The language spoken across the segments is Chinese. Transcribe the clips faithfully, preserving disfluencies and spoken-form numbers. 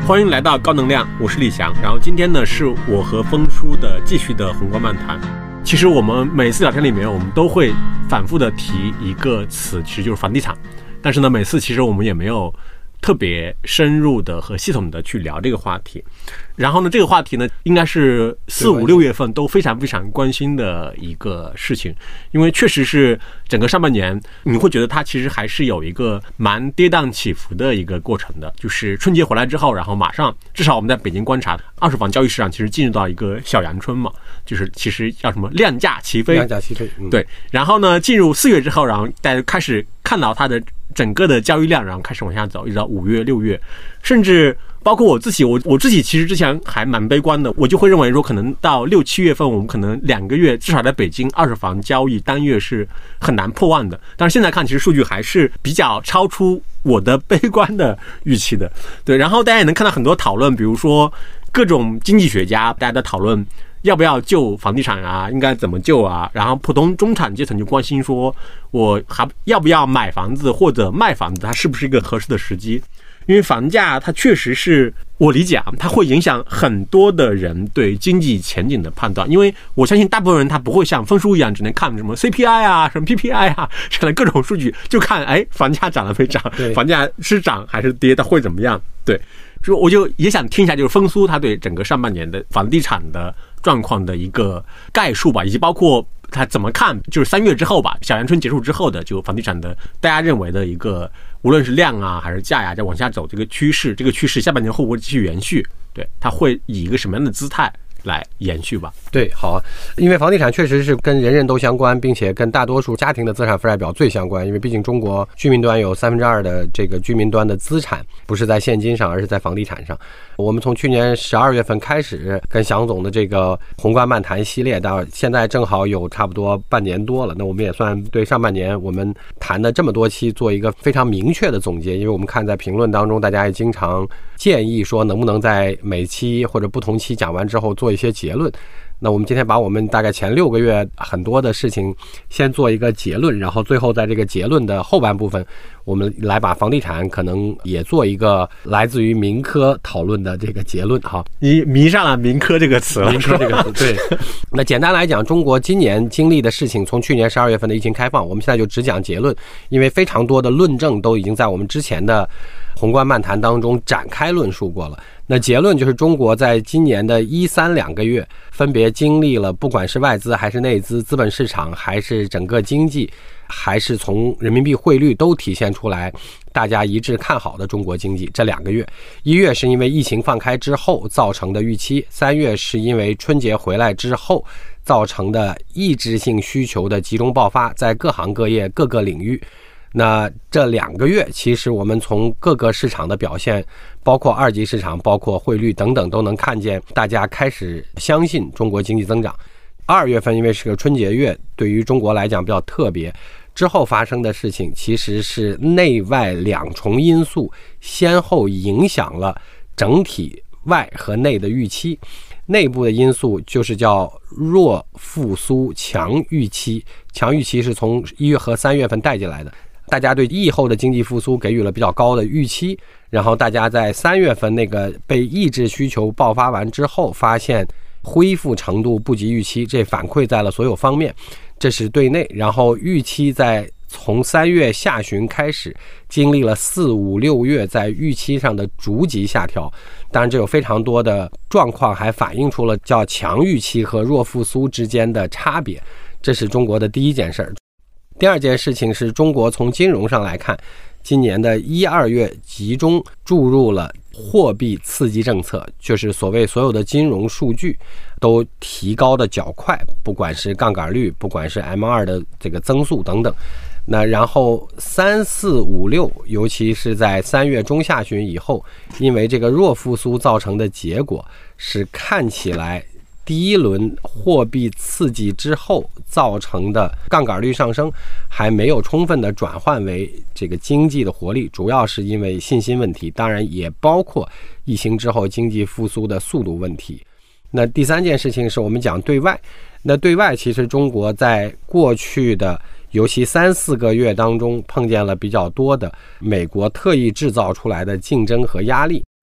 欢迎来到高能量，我是李翔。然后今天呢，是我和峰叔的继续的宏观漫谈。其实我们每次聊天里面，我们都会反复的提一个词，其实就是房地产。但是呢，每次其实我们也没有特别深入的和系统的去聊这个话题。然后呢，这个话题呢，应该是四五六月份都非常非常关心的一个事情，因为确实是整个上半年，你会觉得它其实还是有一个蛮跌宕起伏的一个过程的。就是春节回来之后，然后马上，至少我们在北京观察，二手房交易市场其实进入到一个小阳春嘛，就是其实叫什么量价齐飞， 量价齐飞，嗯、 对。然后呢，进入四月之后，然后大家开始看到它的整个的交易量，然后开始往下走，一直到五月、六月，甚至。包括我自己，我我自己其实之前还蛮悲观的，我就会认为说，可能到六七月份，我们可能两个月至少在北京二手房交易单月是很难破万的。但是现在看，其实数据还是比较超出我的悲观的预期的。对，然后大家也能看到很多讨论，比如说各种经济学家大家在讨论要不要救房地产啊，应该怎么救啊，然后普通中产阶层就关心说，我还要不要买房子或者卖房子，它是不是一个合适的时机？因为房价它确实是我理解啊，它会影响很多的人对经济前景的判断。因为我相信大部分人他不会像峰叔一样只能看什么 C P I 啊、什么 P P I 啊这样的各种数据，就看哎房价涨了没涨，房价是涨还是跌，它会怎么样？对，所以我就也想听一下，就是峰叔他对整个上半年的房地产的状况的一个概述吧，以及包括他怎么看，就是三月之后吧，小阳春结束之后的就房地产的大家认为的一个。无论是量啊还是价呀、啊，在往下走这个趋势，这个趋势下半年会不会继续延续？对，它会以一个什么样的姿态来延续吧？ 对，好啊，因为房地产确实是跟人人都相关，并且跟大多数家庭的资产负债表最相关。因为毕竟中国居民端有三分之二的这个居民端的资产不是在现金上，而是在房地产上。我们从去年十二月份开始跟翔总的这个宏观漫谈系列，到现在正好有差不多半年多了。那我们也算对上半年我们谈的这么多期做一个非常明确的总结。因为我们看在评论当中，大家也经常建议说，能不能在每期或者不同期讲完之后做一些结论。那我们今天把我们大概前六个月很多的事情先做一个结论，然后最后在这个结论的后半部分，我们来把房地产可能也做一个来自于民科讨论的这个结论哈。 你迷上了民科这个词了， 民科这个词对。那简单来讲，中国今年经历的事情，从去年十二月份的疫情开放，我们现在就只讲结论，因为非常多的论证都已经在我们之前的宏观漫谈当中展开论述过了。那结论就是中国在今年的一三两个月分别经历了，不管是外资还是内资，资本市场还是整个经济，还是从人民币汇率都体现出来大家一致看好的中国经济。这两个月，一月是因为疫情放开之后造成的预期，三月是因为春节回来之后造成的抑制性需求的集中爆发，在各行各业各个领域。那这两个月其实我们从各个市场的表现，包括二级市场，包括汇率等等，都能看见大家开始相信中国经济增长。二月份因为是个春节月，对于中国来讲比较特别，之后发生的事情其实是内外两重因素先后影响了整体外和内的预期。内部的因素就是叫弱复苏强预期，强预期是从一月和三月份带进来的，大家对疫后的经济复苏给予了比较高的预期，然后大家在三月份那个被抑制需求爆发完之后，发现恢复程度不及预期，这反馈在了所有方面，这是对内。然后预期在从三月下旬开始经历了四五六月在预期上的逐级下调，当然这有非常多的状况还反映出了叫强预期和弱复苏之间的差别，这是中国的第一件事儿。第二件事情是中国从金融上来看，今年的一二月集中注入了货币刺激政策，就是所谓所有的金融数据都提高的较快，不管是杠杆率，不管是 M 二 的这个增速等等。那然后三四五六，尤其是在三月中下旬以后，因为这个弱复苏造成的结果是看起来第一轮货币刺激之后造成的杠杆率上升还没有充分的转换为这个经济的活力，主要是因为信心问题，当然也包括疫情之后经济复苏的速度问题。那第三件事情是我们讲对外，那对外其实中国在过去的尤其三四个月当中碰见了比较多的美国特意制造出来的竞争和压力，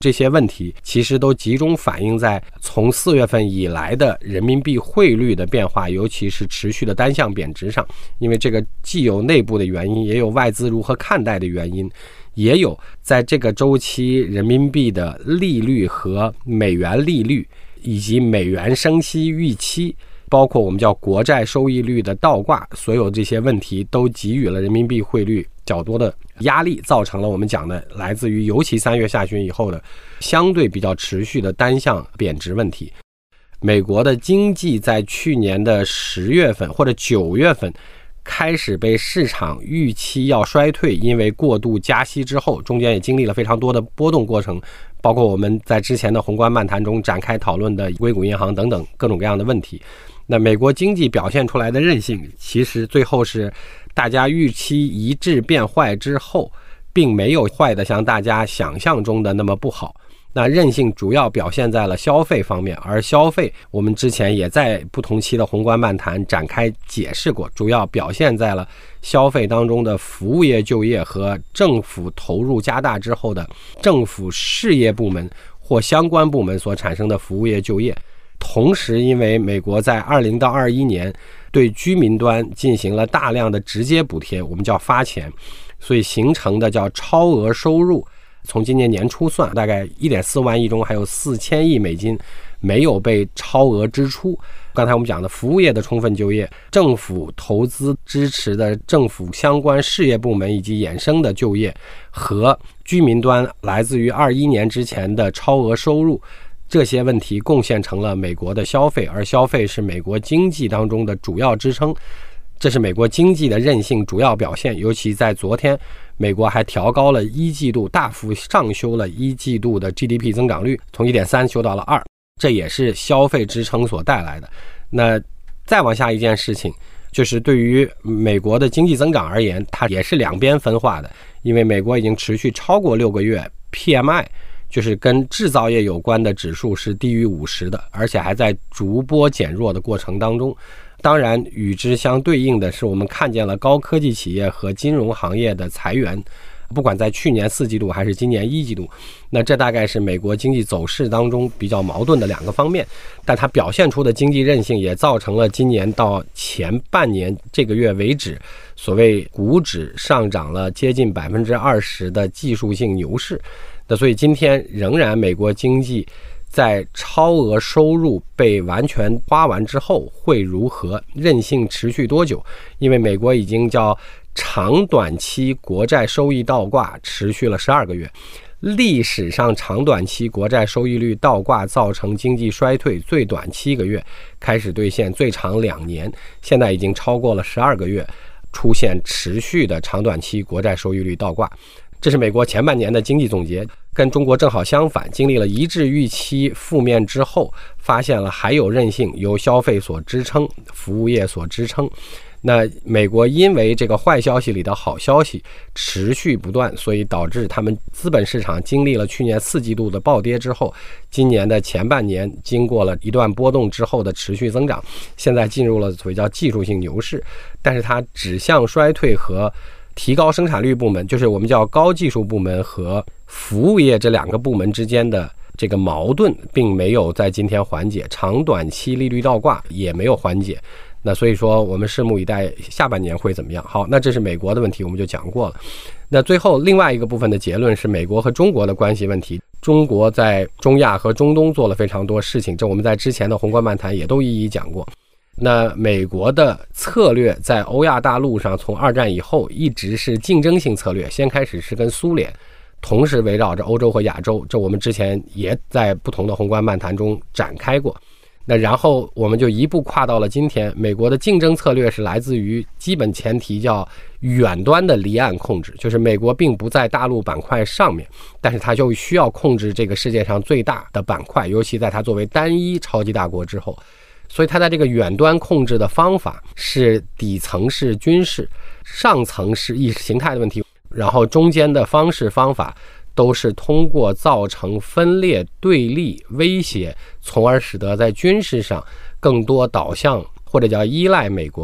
这些问题其实都集中反映在从四月份以来的人民币汇率的变化，尤其是持续的单向贬值上。因为这个既有内部的原因，也有外资如何看待的原因，也有在这个周期人民币的利率和美元利率以及美元升息预期，包括我们叫国债收益率的倒挂，所有这些问题都给予了人民币汇率较多的压力，造成了我们讲的来自于尤其三月下旬以后的相对比较持续的单向贬值问题。美国的经济在去年的十月份或者九月份开始被市场预期要衰退，因为过度加息之后，中间也经历了非常多的波动过程，包括我们在之前的宏观漫谈中展开讨论的硅谷银行等等各种各样的问题。那美国经济表现出来的韧性，其实最后是大家预期一致变坏之后，并没有坏的像大家想象中的那么不好。那韧性主要表现在了消费方面，而消费我们之前也在不同期的宏观漫谈展开解释过，主要表现在了消费当中的服务业就业和政府投入加大之后的政府事业部门或相关部门所产生的服务业就业。同时因为美国在二零到二一年对居民端进行了大量的直接补贴，我们叫发钱，所以形成的叫超额收入，从今年年初算大概 一点四万亿中还有四千亿美金没有被超额支出。刚才我们讲的服务业的充分就业，政府投资支持的政府相关事业部门以及衍生的就业，和居民端来自于二一年之前的超额收入，这些问题贡献成了美国的消费，而消费是美国经济当中的主要支撑。这是美国经济的韧性主要表现，尤其在昨天美国还调高了一季度，大幅上修了一季度的 G D P 增长率，从 一点三 修到了二，这也是消费支撑所带来的。那再往下一件事情，就是对于美国的经济增长而言，它也是两边分化的，因为美国已经持续超过六个月 P M I， 就是跟制造业有关的指数是低于五十的，而且还在逐波减弱的过程当中。当然与之相对应的是，我们看见了高科技企业和金融行业的裁员，不管在去年四季度还是今年一季度，那这大概是美国经济走势当中比较矛盾的两个方面。但它表现出的经济韧性也造成了今年到前半年这个月为止，所谓股指上涨了接近 百分之二十 的技术性牛市。那所以今天仍然美国经济在超额收入被完全花完之后会如何，韧性持续多久？因为美国已经叫长短期国债收益倒挂持续了十二个月，历史上长短期国债收益率倒挂造成经济衰退最短七个月开始兑现，最长两年，现在已经超过了十二个月出现持续的长短期国债收益率倒挂。这是美国前半年的经济总结，跟中国正好相反，经历了一致预期负面之后，发现了还有韧性，由消费所支撑，服务业所支撑。那美国因为这个坏消息里的好消息持续不断，所以导致他们资本市场经历了去年四季度的暴跌之后，今年的前半年经过了一段波动之后的持续增长，现在进入了所谓叫技术性牛市。但是它指向衰退和提高生产率部门，就是我们叫高技术部门和服务业这两个部门之间的这个矛盾并没有在今天缓解，长短期利率倒挂也没有缓解。那所以说我们拭目以待下半年会怎么样。好，那这是美国的问题，我们就讲过了。那最后另外一个部分的结论是美国和中国的关系问题。中国在中亚和中东做了非常多事情，这我们在之前的宏观漫谈也都一一讲过。那美国的策略在欧亚大陆上从二战以后一直是竞争性策略，先开始是跟苏联，同时围绕着欧洲和亚洲，这我们之前也在不同的宏观漫谈中展开过。那然后我们就一步跨到了今天，美国的竞争策略是来自于基本前提叫远端的离岸控制，就是美国并不在大陆板块上面，但是它就需要控制这个世界上最大的板块，尤其在它作为单一超级大国之后。所以它在这个远端控制的方法是底层是军事，上层是意识形态的问题，然后中间的方式方法都是通过造成分裂、对立、威胁，从而使得在军事上更多导向或者叫依赖美国，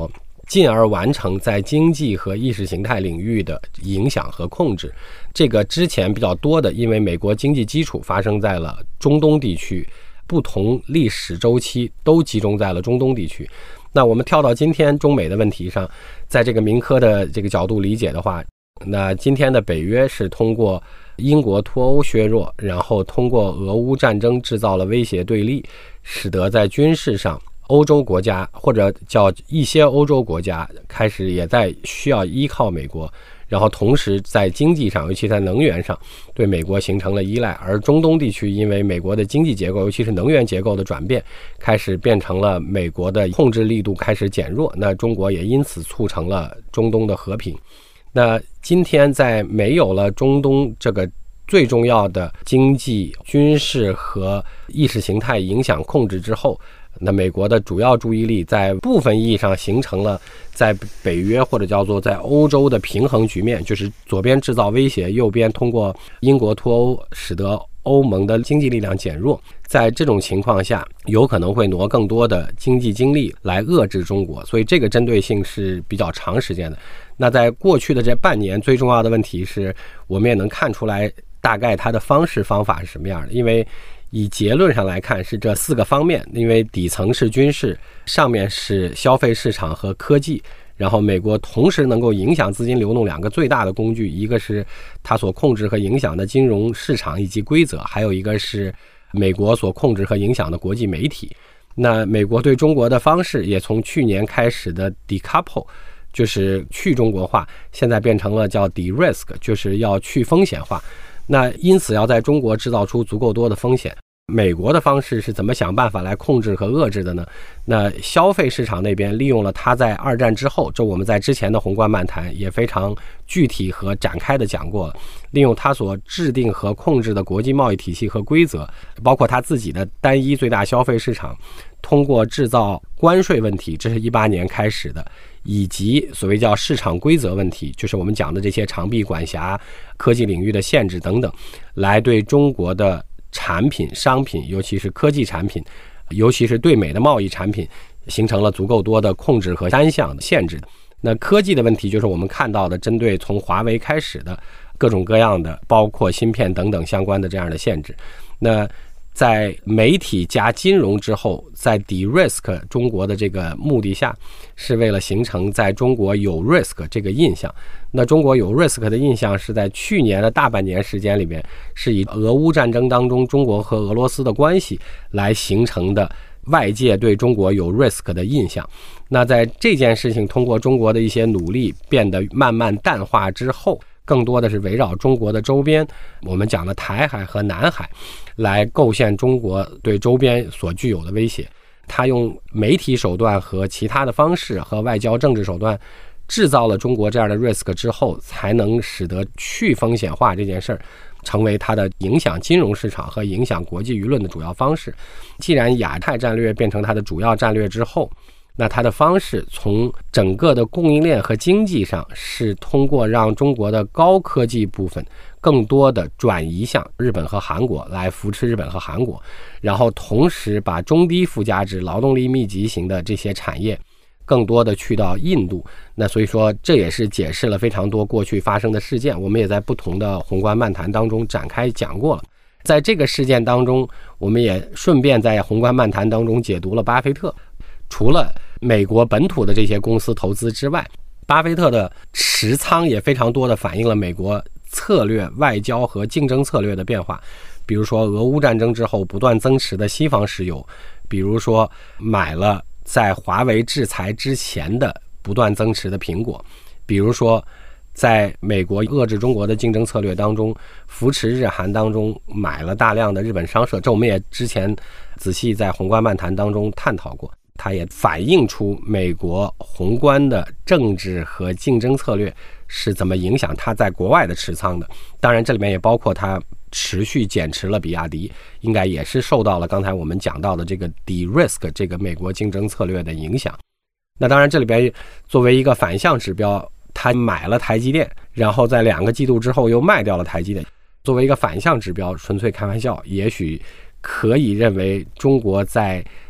进而完成在经济和意识形态领域的影响和控制。这个之前比较多的，因为美国经济基础发生在了中东地区，不同历史周期都集中在了中东地区。那我们跳到今天中美的问题上，在这个民科的这个角度理解的话，那今天的北约是通过英国脱欧削弱，然后通过俄乌战争制造了威胁对立，使得在军事上欧洲国家或者叫一些欧洲国家开始也在需要依靠美国，然后同时在经济上，尤其在能源上对美国形成了依赖。而中东地区因为美国的经济结构，尤其是能源结构的转变，开始变成了美国的控制力度开始减弱，那中国也因此促成了中东的和平。那今天在没有了中东这个最重要的经济、军事和意识形态影响控制之后，那美国的主要注意力在部分意义上形成了在北约或者叫做在欧洲的平衡局面，就是左边制造威胁，右边通过英国脱欧使得欧盟的经济力量减弱。在这种情况下，有可能会挪更多的经济精力来遏制中国，所以这个针对性是比较长时间的。那在过去的这半年，最重要的问题是我们也能看出来大概它的方式方法是什么样的，因为以结论上来看是这四个方面，因为底层是军事，上面是消费市场和科技，然后美国同时能够影响资金流动两个最大的工具，一个是它所控制和影响的金融市场以及规则，还有一个是美国所控制和影响的国际媒体。那美国对中国的方式也从去年开始的 decouple， 就是去中国化，现在变成了叫 de-risk， 就是要去风险化。那因此要在中国制造出足够多的风险。美国的方式是怎么想办法来控制和遏制的呢？那消费市场那边利用了它在二战之后，这我们在之前的宏观漫谈也非常具体和展开的讲过了，利用它所制定和控制的国际贸易体系和规则，包括它自己的单一最大消费市场，通过制造关税问题，这是一八年开始的，以及所谓叫市场规则问题，就是我们讲的这些长臂管辖、科技领域的限制等等，来对中国的产品、商品，尤其是科技产品，尤其是对美的贸易产品，形成了足够多的控制和单向的限制。那科技的问题就是我们看到的针对从华为开始的各种各样的包括芯片等等相关的这样的限制。那在媒体加金融之后，在 de-risk 中国的这个目的下，是为了形成在中国有 risk 这个印象。那中国有 risk 的印象是在去年的大半年时间里面，是以俄乌战争当中中国和俄罗斯的关系来形成的外界对中国有 risk 的印象。那在这件事情通过中国的一些努力变得慢慢淡化之后，更多的是围绕中国的周边，我们讲的台海和南海，来构陷中国对周边所具有的威胁。他用媒体手段和其他的方式和外交政治手段制造了中国这样的 risk 之后，才能使得去风险化这件事儿成为它的影响金融市场和影响国际舆论的主要方式。既然亚太战略变成它的主要战略之后，那它的方式从整个的供应链和经济上是通过让中国的高科技部分更多的转移向日本和韩国，来扶持日本和韩国，然后同时把中低附加值劳动力密集型的这些产业更多的去到印度。那所以说这也是解释了非常多过去发生的事件，我们也在不同的宏观漫谈当中展开讲过了。在这个事件当中，我们也顺便在宏观漫谈当中解读了巴菲特。除了美国本土的这些公司投资之外，巴菲特的持仓也非常多的反映了美国策略、外交和竞争策略的变化。比如说俄乌战争之后不断增持的西方石油，比如说买了在华为制裁之前的不断增持的苹果，比如说在美国遏制中国的竞争策略当中，扶持日韩当中买了大量的日本商社，这我们也之前仔细在宏观漫谈当中探讨过。它也反映出美国宏观的政治和竞争策略是怎么影响它在国外的持仓的。当然这里面也包括它持续减持了比亚迪，应该也是受到了刚才我们讲到的这个 de-risk 这个美国竞争策略的影响。那当然这里边作为一个反向指标，它买了台积电，然后在两个季度之后又卖掉了台积电，作为一个反向指标纯粹开玩笑，也许可以认为中国在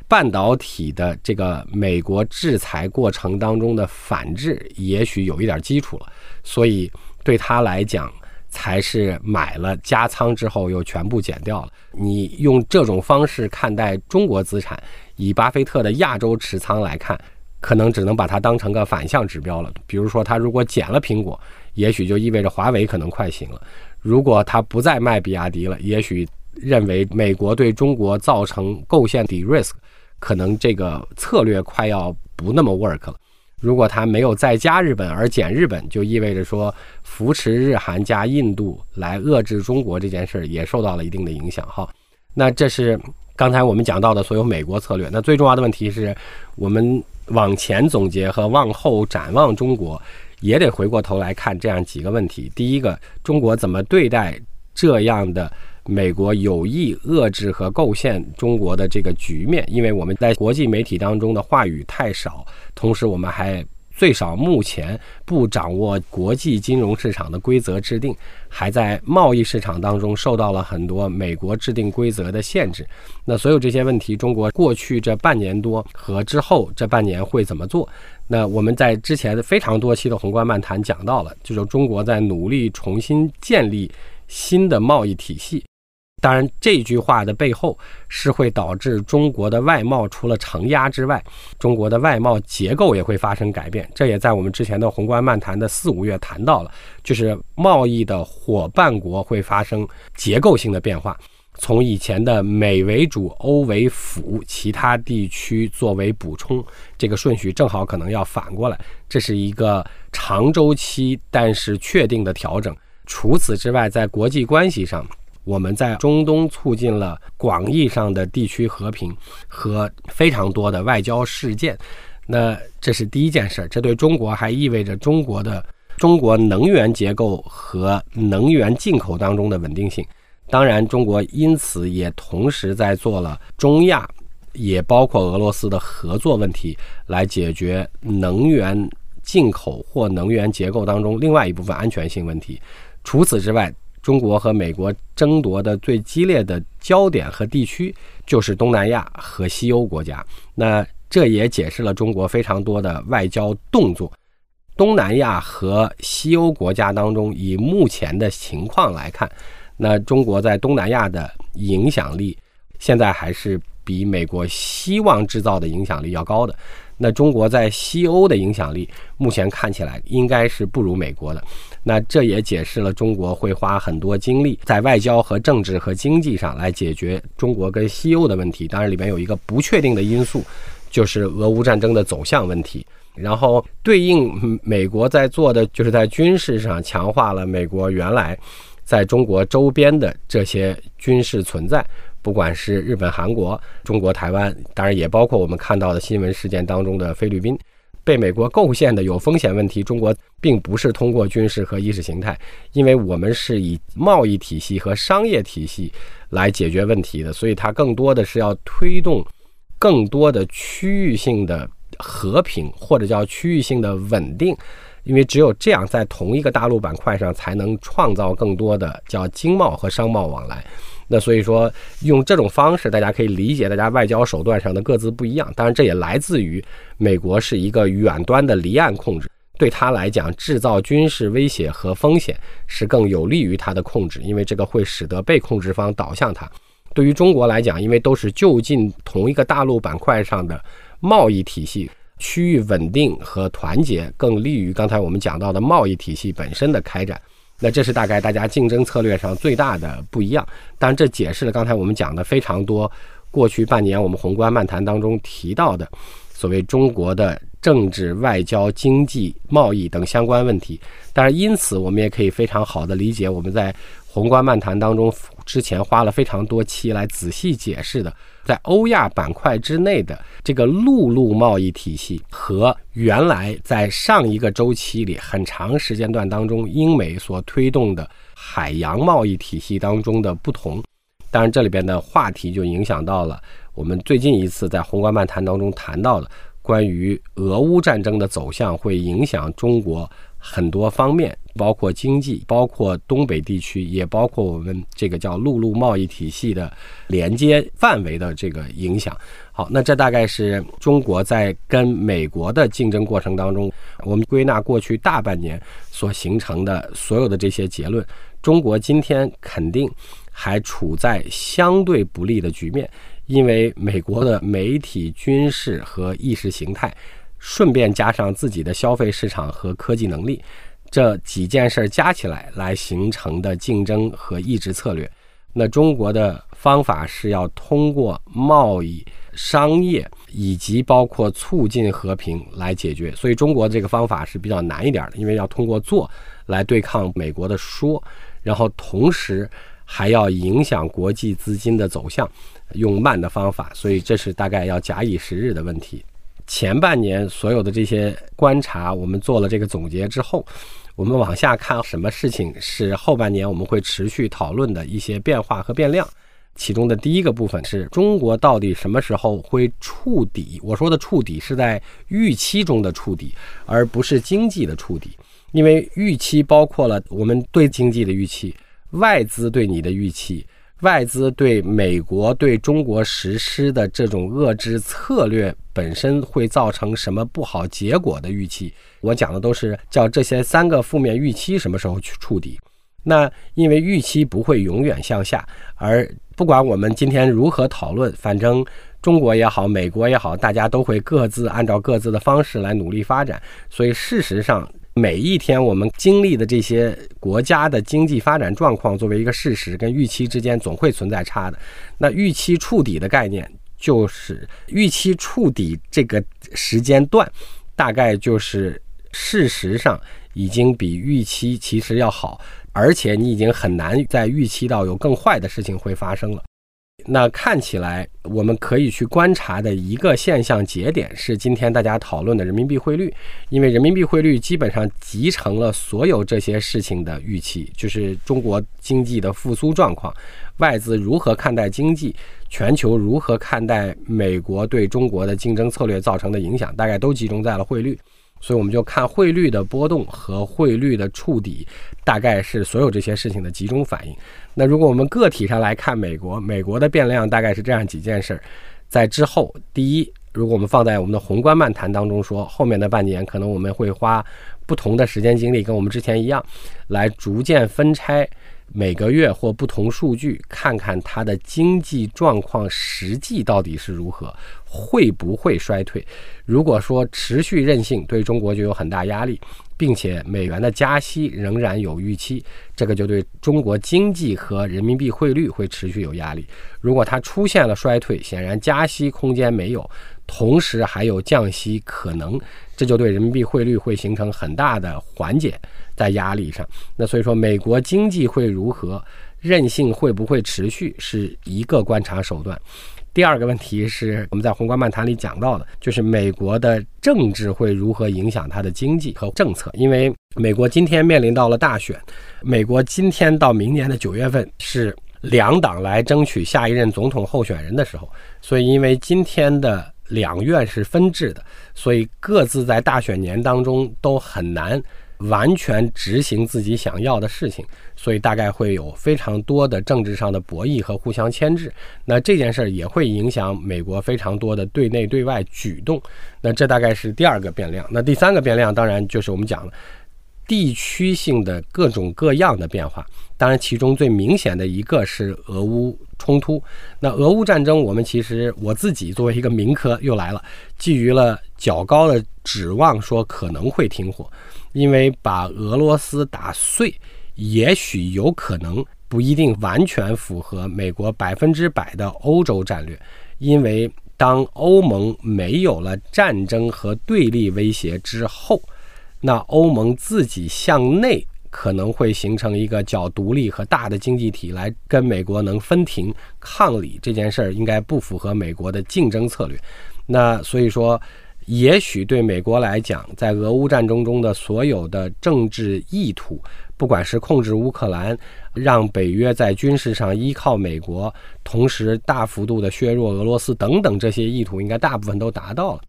半导体的这个美国制裁过程当中的反制也许有一点基础了，所以对他来讲才是买了加仓之后又全部减掉了。你用这种方式看待中国资产，以巴菲特的亚洲持仓来看，可能只能把它当成个反向指标了。比如说他如果减了苹果，也许就意味着华为可能快行了；如果他不再卖比亚迪了，也许认为美国对中国造成构陷 de-risk， 可能这个策略快要不那么 work 了。如果他没有再加日本而减日本，就意味着说扶持日韩加印度来遏制中国这件事也受到了一定的影响哈。那这是刚才我们讲到的所有美国策略。那最重要的问题是，我们往前总结和往后展望中国，也得回过头来看这样几个问题。第一个，中国怎么对待这样的美国有意遏制和构陷中国的这个局面？因为我们在国际媒体当中的话语太少，同时我们还最少目前不掌握国际金融市场的规则制定，还在贸易市场当中受到了很多美国制定规则的限制。那所有这些问题，中国过去这半年多和之后这半年会怎么做？那我们在之前非常多期的宏观漫谈讲到了，就是中国在努力重新建立新的贸易体系。当然这句话的背后是会导致中国的外贸除了承压之外，中国的外贸结构也会发生改变。这也在我们之前的宏观漫谈的四五月谈到了，就是贸易的伙伴国会发生结构性的变化，从以前的美为主欧为辅，其他地区作为补充，这个顺序正好可能要反过来。这是一个长周期但是确定的调整。除此之外，在国际关系上，我们在中东促进了广义上的地区和平和非常多的外交事件。那这是第一件事，这对中国还意味着中国的中国能源结构和能源进口当中的稳定性。当然中国因此也同时在做了中亚也包括俄罗斯的合作问题，来解决能源进口或能源结构当中另外一部分安全性问题。除此之外，中国和美国争夺的最激烈的焦点和地区就是东南亚和西欧国家。那这也解释了中国非常多的外交动作。东南亚和西欧国家当中，以目前的情况来看，那中国在东南亚的影响力现在还是比美国希望制造的影响力要高的。那中国在西欧的影响力目前看起来应该是不如美国的。那这也解释了中国会花很多精力在外交和政治和经济上来解决中国跟西欧的问题。当然里面有一个不确定的因素，就是俄乌战争的走向问题。然后对应美国在做的，就是在军事上强化了美国原来在中国周边的这些军事存在，不管是日本、韩国、中国台湾，当然也包括我们看到的新闻事件当中的菲律宾，被美国构陷的有风险问题，中国并不是通过军事和意识形态，因为我们是以贸易体系和商业体系来解决问题的，所以它更多的是要推动更多的区域性的和平，或者叫区域性的稳定。因为只有这样，在同一个大陆板块上才能创造更多的叫经贸和商贸往来。那所以说用这种方式，大家可以理解大家外交手段上的各自不一样。当然这也来自于美国是一个远端的离岸控制，对他来讲制造军事威胁和风险是更有利于他的控制，因为这个会使得被控制方倒向他。对于中国来讲，因为都是就近同一个大陆板块上的贸易体系，区域稳定和团结更利于刚才我们讲到的贸易体系本身的开展。那这是大概大家竞争策略上最大的不一样。当然这解释了刚才我们讲的非常多过去半年我们宏观漫谈当中提到的所谓中国的政治、外交、经济、贸易等相关问题。当然因此我们也可以非常好的理解我们在宏观漫谈当中之前花了非常多期来仔细解释的，在欧亚板块之内的这个陆路贸易体系和原来在上一个周期里很长时间段当中英美所推动的海洋贸易体系当中的不同。当然这里边的话题就影响到了我们最近一次在宏观漫谈当中谈到的关于俄乌战争的走向会影响中国很多方面， 包括经济，包括东北地区，也包括我们这个叫陆路贸易体系的连接范围的这个影响。好，那这大概是中国在跟美国的竞争过程当中，我们归纳过去大半年所形成的所有的这些结论。中国今天肯定还处在相对不利的局面，因为美国的媒体、军事和意识形态，顺便加上自己的消费市场和科技能力，这几件事加起来来形成的竞争和抑制策略。那中国的方法是要通过贸易、商业以及包括促进和平来解决，所以中国这个方法是比较难一点的，因为要通过做来对抗美国的说，然后同时还要影响国际资金的走向，用慢的方法，所以这是大概要假以时日的问题。前半年所有的这些观察，我们做了这个总结之后，我们往下看什么事情是后半年我们会持续讨论的一些变化和变量。其中的第一个部分是中国到底什么时候会触底，我说的触底是在预期中的触底，而不是经济的触底。因为预期包括了我们对经济的预期，外资对你的预期，外资对美国对中国实施的这种遏制策略本身会造成什么不好结果的预期，我讲的都是叫这些三个负面预期什么时候去触底。那因为预期不会永远向下，而不管我们今天如何讨论，反正中国也好，美国也好，大家都会各自按照各自的方式来努力发展。所以事实上每一天我们经历的这些国家的经济发展状况作为一个事实，跟预期之间总会存在差的。那预期触底的概念就是预期触底这个时间段大概就是事实上已经比预期其实要好，而且你已经很难再预期到有更坏的事情会发生了。那看起来我们可以去观察的一个现象节点是今天大家讨论的人民币汇率，因为人民币汇率基本上集成了所有这些事情的预期，就是中国经济的复苏状况，外资如何看待经济，全球如何看待美国对中国的竞争策略造成的影响，大概都集中在了汇率。所以我们就看汇率的波动和汇率的触底，大概是所有这些事情的集中反应。那如果我们个体上来看美国，美国的变量大概是这样几件事。在之后，第一，如果我们放在我们的宏观漫谈当中说，后面的半年可能我们会花不同的时间精力，跟我们之前一样，来逐渐分拆每个月或不同数据，看看它的经济状况实际到底是如何，会不会衰退。如果说持续韧性，对中国就有很大压力，并且美元的加息仍然有预期，这个就对中国经济和人民币汇率会持续有压力。如果它出现了衰退，显然加息空间没有，同时还有降息可能，这就对人民币汇率会形成很大的缓解在压力上。那所以说美国经济会如何，韧性会不会持续，是一个观察手段。第二个问题是我们在宏观漫谈里讲到的，就是美国的政治会如何影响它的经济和政策。因为美国今天面临到了大选，美国今天到明年的九月份是两党来争取下一任总统候选人的时候，所以因为今天的两院是分治的，所以各自在大选年当中都很难完全执行自己想要的事情，所以大概会有非常多的政治上的博弈和互相牵制。那这件事也会影响美国非常多的对内对外举动。那这大概是第二个变量。那第三个变量当然就是我们讲了地区性的各种各样的变化，当然其中最明显的一个是俄乌冲突。那俄乌战争我们其实我自己作为一个民科又来了，寄予了较高的指望，说可能会停火，因为把俄罗斯打碎也许有可能不一定完全符合美国百分之百的欧洲战略，因为当欧盟没有了战争和对立威胁之后，那欧盟自己向内可能会形成一个较独立和大的经济体来跟美国能分庭抗礼，这件事儿应该不符合美国的竞争策略。那所以说也许对美国来讲，在俄乌战争中的所有的政治意图，不管是控制乌克兰，让北约在军事上依靠美国，同时大幅度的削弱俄罗斯等等，这些意图应该大部分都达到了。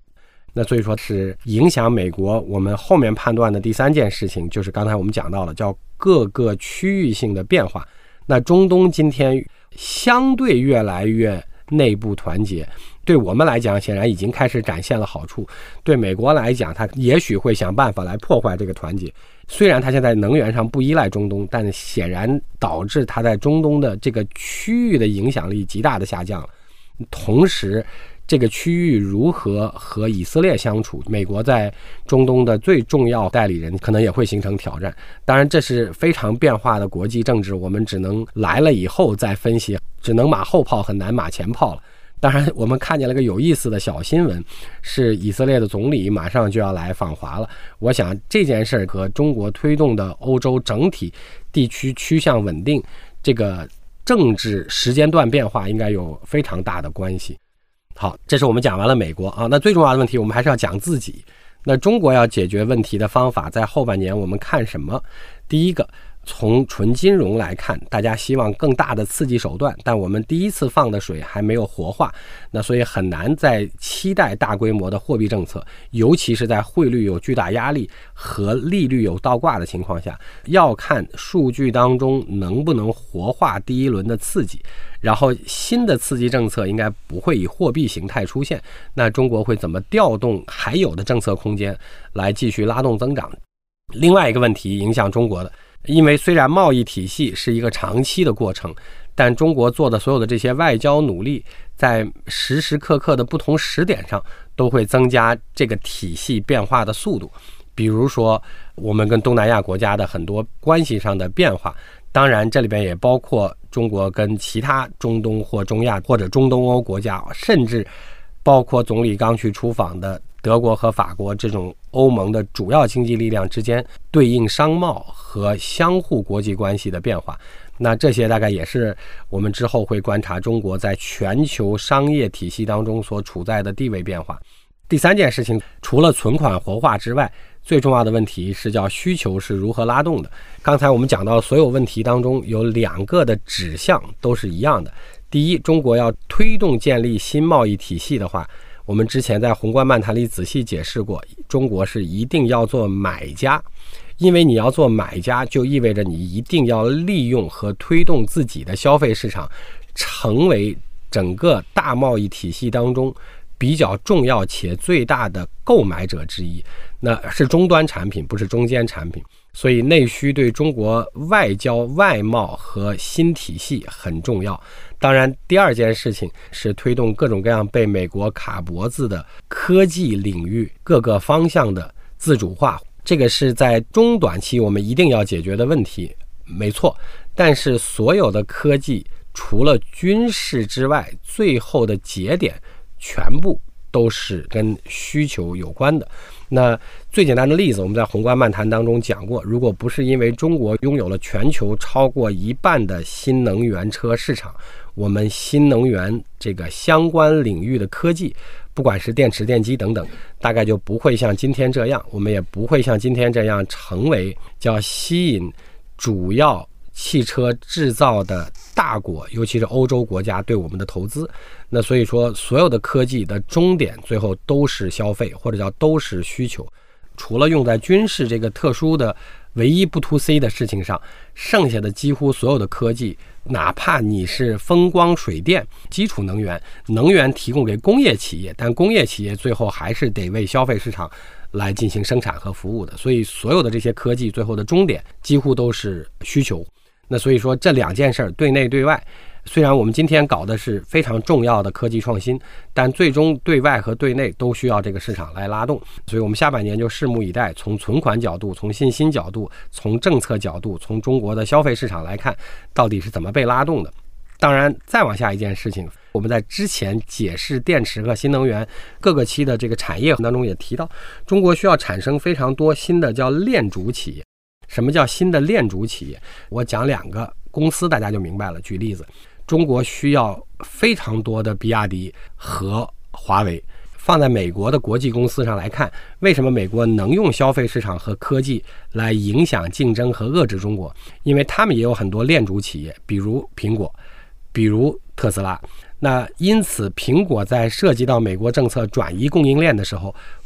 那所以说是影响美国我们后面判断的第三件事情，就是刚才我们讲到了叫各个区域性的变化。那中东今天相对越来越内部团结，对我们来讲显然已经开始展现了好处，对美国来讲它也许会想办法来破坏这个团结。虽然它现在能源上不依赖中东，但显然导致它在中东的这个区域的影响力极大的下降了。同时这个区域如何和以色列相处，美国在中东的最重要代理人可能也会形成挑战。当然这是非常变化的国际政治，我们只能来了以后再分析，只能马后炮很难马前炮了。当然我们看见了个有意思的小新闻，是以色列的总理马上就要来访华了。我想这件事和中国推动的欧洲整体地区趋向稳定这个政治时间段变化应该有非常大的关系。好，这是我们讲完了美国啊，那最重要的问题我们还是要讲自己。那中国要解决问题的方法，在后半年我们看什么？第一个，从纯金融来看，大家希望更大的刺激手段，但我们第一次放的水还没有活化，那所以很难再期待大规模的货币政策，尤其是在汇率有巨大压力和利率有倒挂的情况下，要看数据当中能不能活化第一轮的刺激，然后新的刺激政策应该不会以货币形态出现，那中国会怎么调动还有的政策空间来继续拉动增长？另外一个问题影响中国的，因为虽然贸易体系是一个长期的过程，但中国做的所有的这些外交努力，在时时刻刻的不同时点上都会增加这个体系变化的速度。比如说我们跟东南亚国家的很多关系上的变化，当然这里边也包括中国跟其他中东或中亚或者中东欧国家，甚至包括总理刚去出访的德国和法国这种欧盟的主要经济力量之间对应商贸和相互国际关系的变化。那这些大概也是我们之后会观察中国在全球商业体系当中所处在的地位变化。第三件事情，除了存款活化之外，最重要的问题是叫需求是如何拉动的。刚才我们讲到所有问题当中有两个的指向都是一样的。第一，中国要推动建立新贸易体系的话，我们之前在宏观漫谈里仔细解释过，中国是一定要做买家，因为你要做买家就意味着你一定要利用和推动自己的消费市场成为整个大贸易体系当中比较重要且最大的购买者之一，那是终端产品，不是中间产品。所以内需对中国外交外贸和新体系很重要。当然第二件事情是推动各种各样被美国卡脖子的科技领域各个方向的自主化，这个是在中短期我们一定要解决的问题，没错。但是所有的科技除了军事之外，最后的节点全部都是跟需求有关的。那最简单的例子，我们在宏观漫谈当中讲过，如果不是因为中国拥有了全球超过一半的新能源车市场，我们新能源这个相关领域的科技，不管是电池电机等等，大概就不会像今天这样，我们也不会像今天这样成为叫吸引主要汽车制造的大国，尤其是欧洲国家对我们的投资。那所以说所有的科技的终点最后都是消费，或者叫都是需求。除了用在军事这个特殊的唯一不 to C 的事情上，剩下的几乎所有的科技，哪怕你是风光水电基础能源，能源提供给工业企业，但工业企业最后还是得为消费市场来进行生产和服务的。所以所有的这些科技最后的终点几乎都是需求。那所以说这两件事儿，对内对外，虽然我们今天搞的是非常重要的科技创新，但最终对外和对内都需要这个市场来拉动。所以我们下半年就拭目以待，从存款角度，从信心角度，从政策角度，从中国的消费市场来看，到底是怎么被拉动的。当然再往下一件事情，我们在之前解释电池和新能源各个期的这个产业当中也提到，中国需要产生非常多新的叫链主企业。什么叫新的链主企业？我讲两个公司大家就明白了。举例子，中国需要非常多的比亚迪和华为。放在美国的国际公司上来看，为什么美国能用消费市场和科技来影响竞争和遏制中国？因为他们也有很多链主企业，比如苹果，比如特斯拉。那因此苹果在涉及到美国政策转移供应链的时候，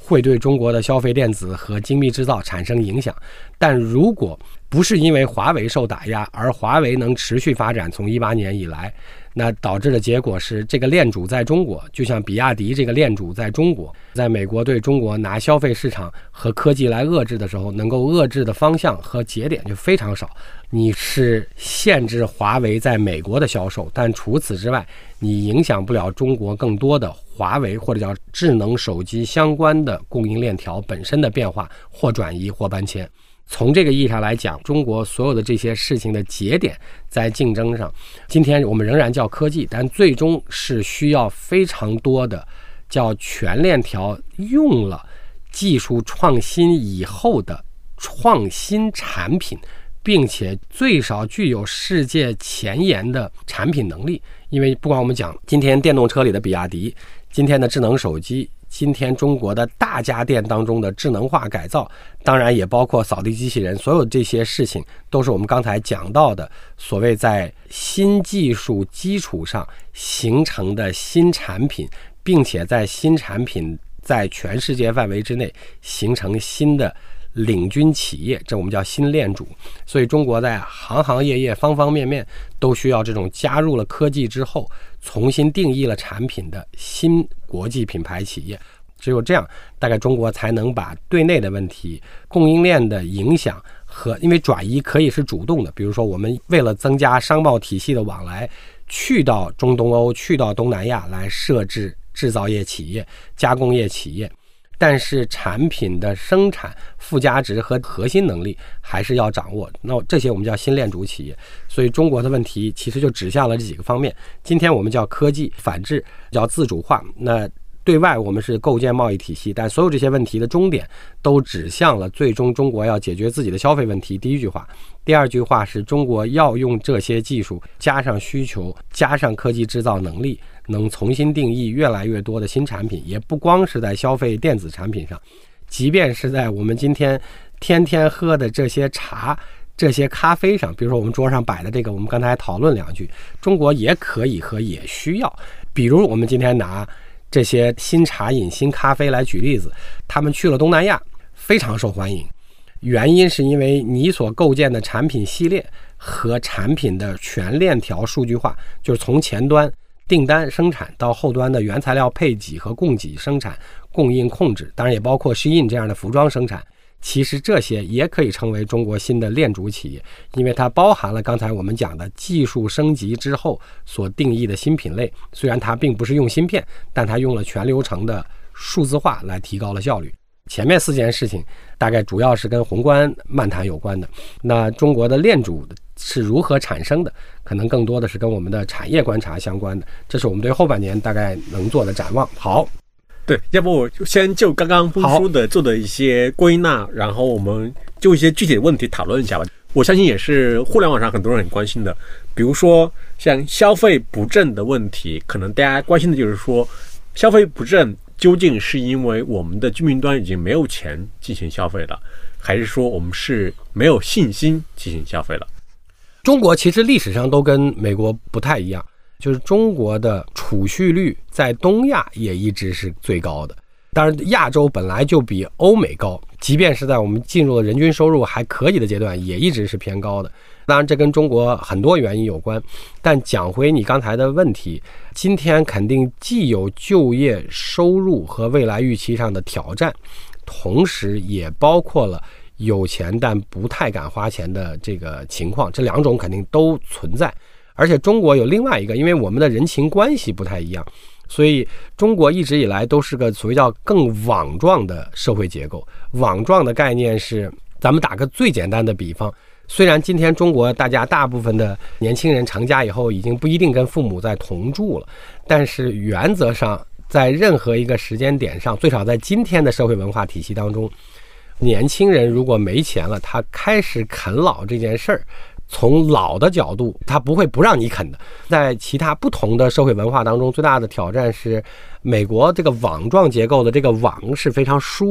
会对中国的消费电子和精密制造产生影响。但如果不是因为华为受打压，而华为能持续发展，从一八年以来，那导致的结果是这个链主在中国，就像比亚迪这个链主在中国，在美国对中国拿消费市场和科技来遏制的时候，能够遏制的方向和节点就非常少。你是限制华为在美国的销售，但除此之外，你影响不了中国更多的华为或者叫智能手机相关的供应链条本身的变化或转移或搬迁。从这个意义上来讲，中国所有的这些事情的节点在竞争上，今天我们仍然叫科技，但最终是需要非常多的叫全链条用了技术创新以后的创新产品，并且最少具有世界前沿的产品能力。因为不管我们讲今天电动车里的比亚迪，今天的智能手机，今天中国的大家电当中的智能化改造，当然也包括扫地机器人，所有这些事情都是我们刚才讲到的所谓在新技术基础上形成的新产品，并且在新产品在全世界范围之内形成新的领军企业，这我们叫新链主。所以中国在行行业业方方面面都需要这种加入了科技之后重新定义了产品的新国际品牌企业。只有这样，大概中国才能把对内的问题、供应链的影响和，因为转移可以是主动的，比如说我们为了增加商贸体系的往来，去到中东欧、去到东南亚来设置制造业企业、加工业企业。但是产品的生产、附加值和核心能力还是要掌握，那这些我们叫新链主企业。所以中国的问题其实就指向了这几个方面。今天我们叫科技，反制叫自主化，那对外我们是构建贸易体系，但所有这些问题的终点都指向了最终中国要解决自己的消费问题。第一句话。第二句话是中国要用这些技术加上需求，加上科技制造能力，能重新定义越来越多的新产品，也不光是在消费电子产品上，即便是在我们今天天天喝的这些茶、这些咖啡上，比如说我们桌上摆的这个，我们刚才讨论两句，中国也可以和也需要。比如我们今天拿这些新茶饮、新咖啡来举例子，他们去了东南亚，非常受欢迎。原因是因为你所构建的产品系列和产品的全链条数据化，就是从前端订单生产到后端的原材料配给和供给生产、供应控制，当然也包括 Shein 这样的服装生产。其实这些也可以成为中国新的链主企业，因为它包含了刚才我们讲的技术升级之后所定义的新品类。虽然它并不是用芯片，但它用了全流程的数字化来提高了效率。前面四件事情大概主要是跟宏观漫谈有关的，那中国的链主是如何产生的，可能更多的是跟我们的产业观察相关的，这是我们对后半年大概能做的展望。好， 对，要不我先就刚刚峰叔的做的一些归纳，然后我们就一些具体的问题讨论一下吧。我相信也是互联网上很多人很关心的，比如说像消费不振的问题，可能大家关心的就是说消费不振究竟是因为我们的居民端已经没有钱进行消费了，还是说我们是没有信心进行消费了？ 中国其实历史上都跟美国不太一样，就是中国的储蓄率在东亚也一直是最高的。当然亚洲本来就比欧美高，即便是在我们进入了人均收入还可以的阶段，也一直是偏高的。当然这跟中国很多原因有关，但讲回你刚才的问题，今天肯定既有就业收入和未来预期上的挑战，同时也包括了有钱但不太敢花钱的这个情况，这两种肯定都存在。而且中国有另外一个，因为我们的人情关系不太一样，所以中国一直以来都是个所谓叫更网状的社会结构。网状的概念是，咱们打个最简单的比方，虽然今天中国大家大部分的年轻人成家以后已经不一定跟父母在同住了，但是原则上在任何一个时间点上，最少在今天的社会文化体系当中，年轻人如果没钱了，他开始啃老这件事儿，从老的角度他不会不让你啃的。在其他不同的社会文化当中，最大的挑战是美国这个网状结构的这个网是非常疏的，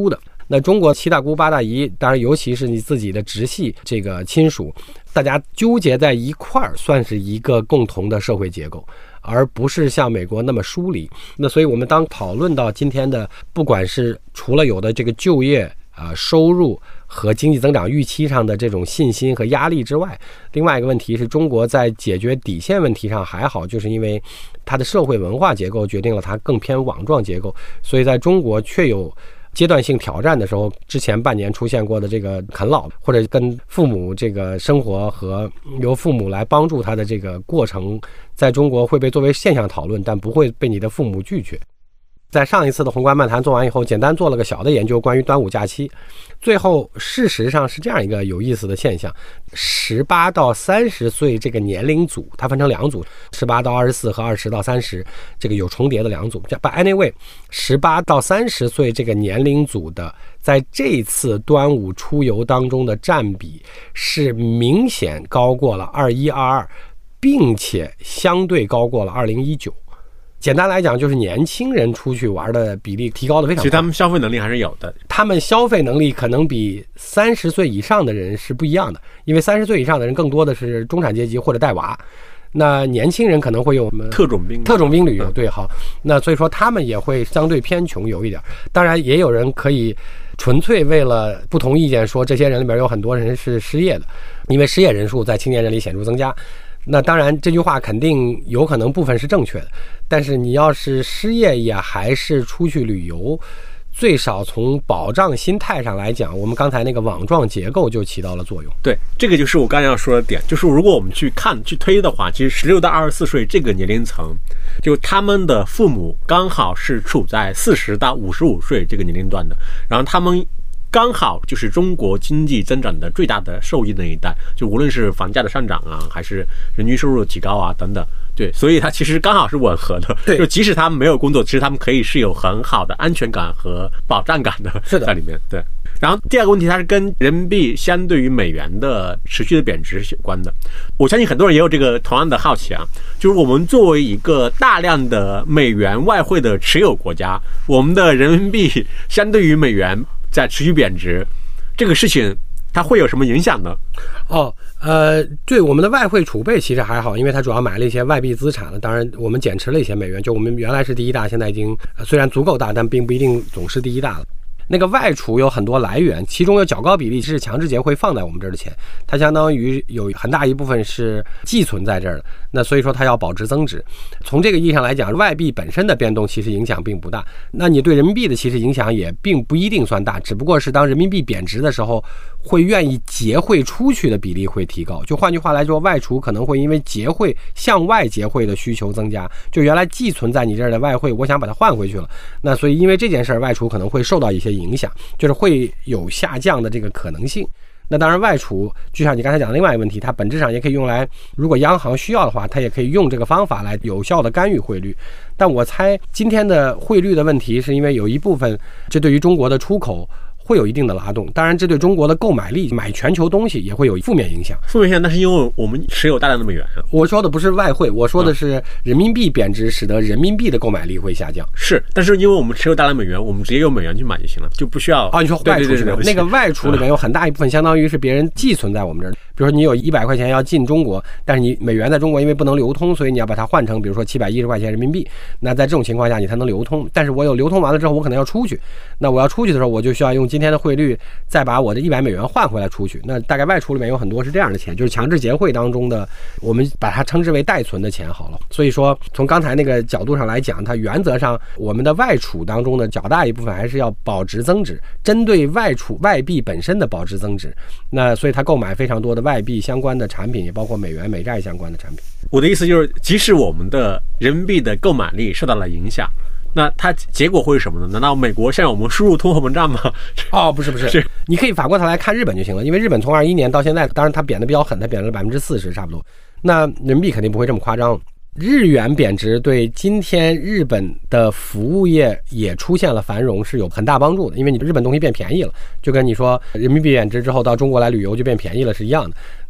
那中国七大姑八大姨，当然尤其是你自己的直系这个亲属，大家纠结在一块儿，算是一个共同的社会结构，而不是像美国那么疏离。那所以我们当讨论到今天的，不管是除了有的这个就业啊、呃、收入和经济增长预期上的这种信心和压力之外，另外一个问题是中国在解决底线问题上还好，就是因为它的社会文化结构决定了它更偏网状结构，所以在中国确有阶段性挑战的时候，之前半年出现过的这个啃老，或者跟父母这个生活和由父母来帮助他的这个过程，在中国会被作为现象讨论，但不会被你的父母拒绝。在上一次的宏观漫谈做完以后，简单做了个小的研究，关于端午假期。最后事实上是这样一个有意思的现象：十八到三十岁这个年龄组，它分成两组，十八到二十四和二十到三十，这个有重叠的两组。But anyway， 十八到三十岁这个年龄组的，在这次端午出游当中的占比是明显高过了二一二二，并且相对高过了二零一九。简单来讲，就是年轻人出去玩的比例提高的非常快。 其实他们消费能力还是有的， 他们消费能力可能比三十岁以上的人是不一样的，因为三十岁以上的人更多的是中产阶级或者带娃，那年轻人可能会有什么特种兵特种兵旅游，对，好，那所以说他们也会相对偏穷游一点。当然，也有人可以纯粹为了不同意见说，这些人里边有很多人是失业的，因为失业人数在青年人里显著增加。那当然这句话肯定有可能部分是正确的，但是你要是失业也还是出去旅游，最少从保障心态上来讲，我们刚才那个网状结构就起到了作用。 对，这个就是我刚才要说的点，就是如果我们去看去推的话，其实十六到二十四岁这个年龄层，就他们的父母刚好是处在四十到五十五岁这个年龄段的，然后他们刚好就是中国经济增长的最大的受益那一代，就无论是房价的上涨啊，还是人均收入的提高啊等等，对，所以它其实刚好是吻合的。 对， 就即使他们没有工作，其实他们可以是有很好的安全感和保障感的， 是的， 在里面。对。然后第二个问题，它是跟人民币相对于美元的持续的贬值有关的。我相信很多人也有这个同样的好奇啊，就是我们作为一个大量的美元外汇的持有国家，我们的人民币相对于美元在持续贬值，这个事情它会有什么影响呢？ 哦，呃，对我们的外汇储备其实还好，因为它主要买了一些外币资产了。当然，我们减持了一些美元，就我们原来是第一大，现在已经虽然足够大，但并不一定总是第一大了。那个外储有很多来源，其中有较高比例是强制结汇放在我们这儿的钱，它相当于有很大一部分是寄存在这儿的，那所以说它要保值增值。从这个意义上来讲，外币本身的变动其实影响并不大，那你对人民币的其实影响也并不一定算大，只不过是当人民币贬值的时候，会愿意结汇出去的比例会提高。就换句话来说，外储可能会因为结汇向外结汇的需求增加，就原来寄存在你这儿的外汇，我想把它换回去了，那所以因为这件事儿，外储可能会受到一些影响，就是会有下降的这个可能性。那当然外储就像你刚才讲的另外一个问题，它本质上也可以用来，如果央行需要的话，它也可以用这个方法来有效的干预汇率。但我猜今天的汇率的问题是因为有一部分这对于中国的出口会有一定的拉动，当然这对中国的购买力买全球东西也会有负面影响。 负面影响，但是因为我们持有大量的美元啊。 我说的不是外汇，我说的是人民币贬值使得人民币的购买力会下降。 是，但是因为我们持有大量美元，我们直接用美元去买就行了，就不需要。 哦，你说外储是吧？那个外储里面有很大一部分相当于是别人寄存在我们这儿。比如说你有一百块钱要进中国，但是你美元在中国因为不能流通，所以你要把它换成比如说七百一十块钱人民币。那在这种情况下你才能流通，但是我有流通完了之后，我可能要出去。那我要出去的时候，我就需要用今天的汇率再把我的一百美元换回来出去。那大概外储里面有很多是这样的钱，就是强制结汇当中的，我们把它称之为待存的钱好了。所以说从刚才那个角度上来讲，它原则上我们的外储当中的较大一部分还是要保值增值，针对外储外币本身的保值增值。那所以它购买非常多的外币相关的产品，也包括美元美债相关的产品。 我的意思就是，即使我们的人民币的购买力受到了影响，那它结果会是什么呢？难道美国向我们输入通货膨胀吗？ 哦，不是不是，是你可以反过头来看日本就行了，因为日本从二一年到现在，当然它贬得比较狠，它贬了百分之四十差不多。那人民币肯定不会这么夸张。日元贬值对今天日本的服务业也出现了繁荣是有很大帮助的，因为你日本东西变便宜了，就跟你说人民币贬值之后到中国来旅游就变便宜了是一样的。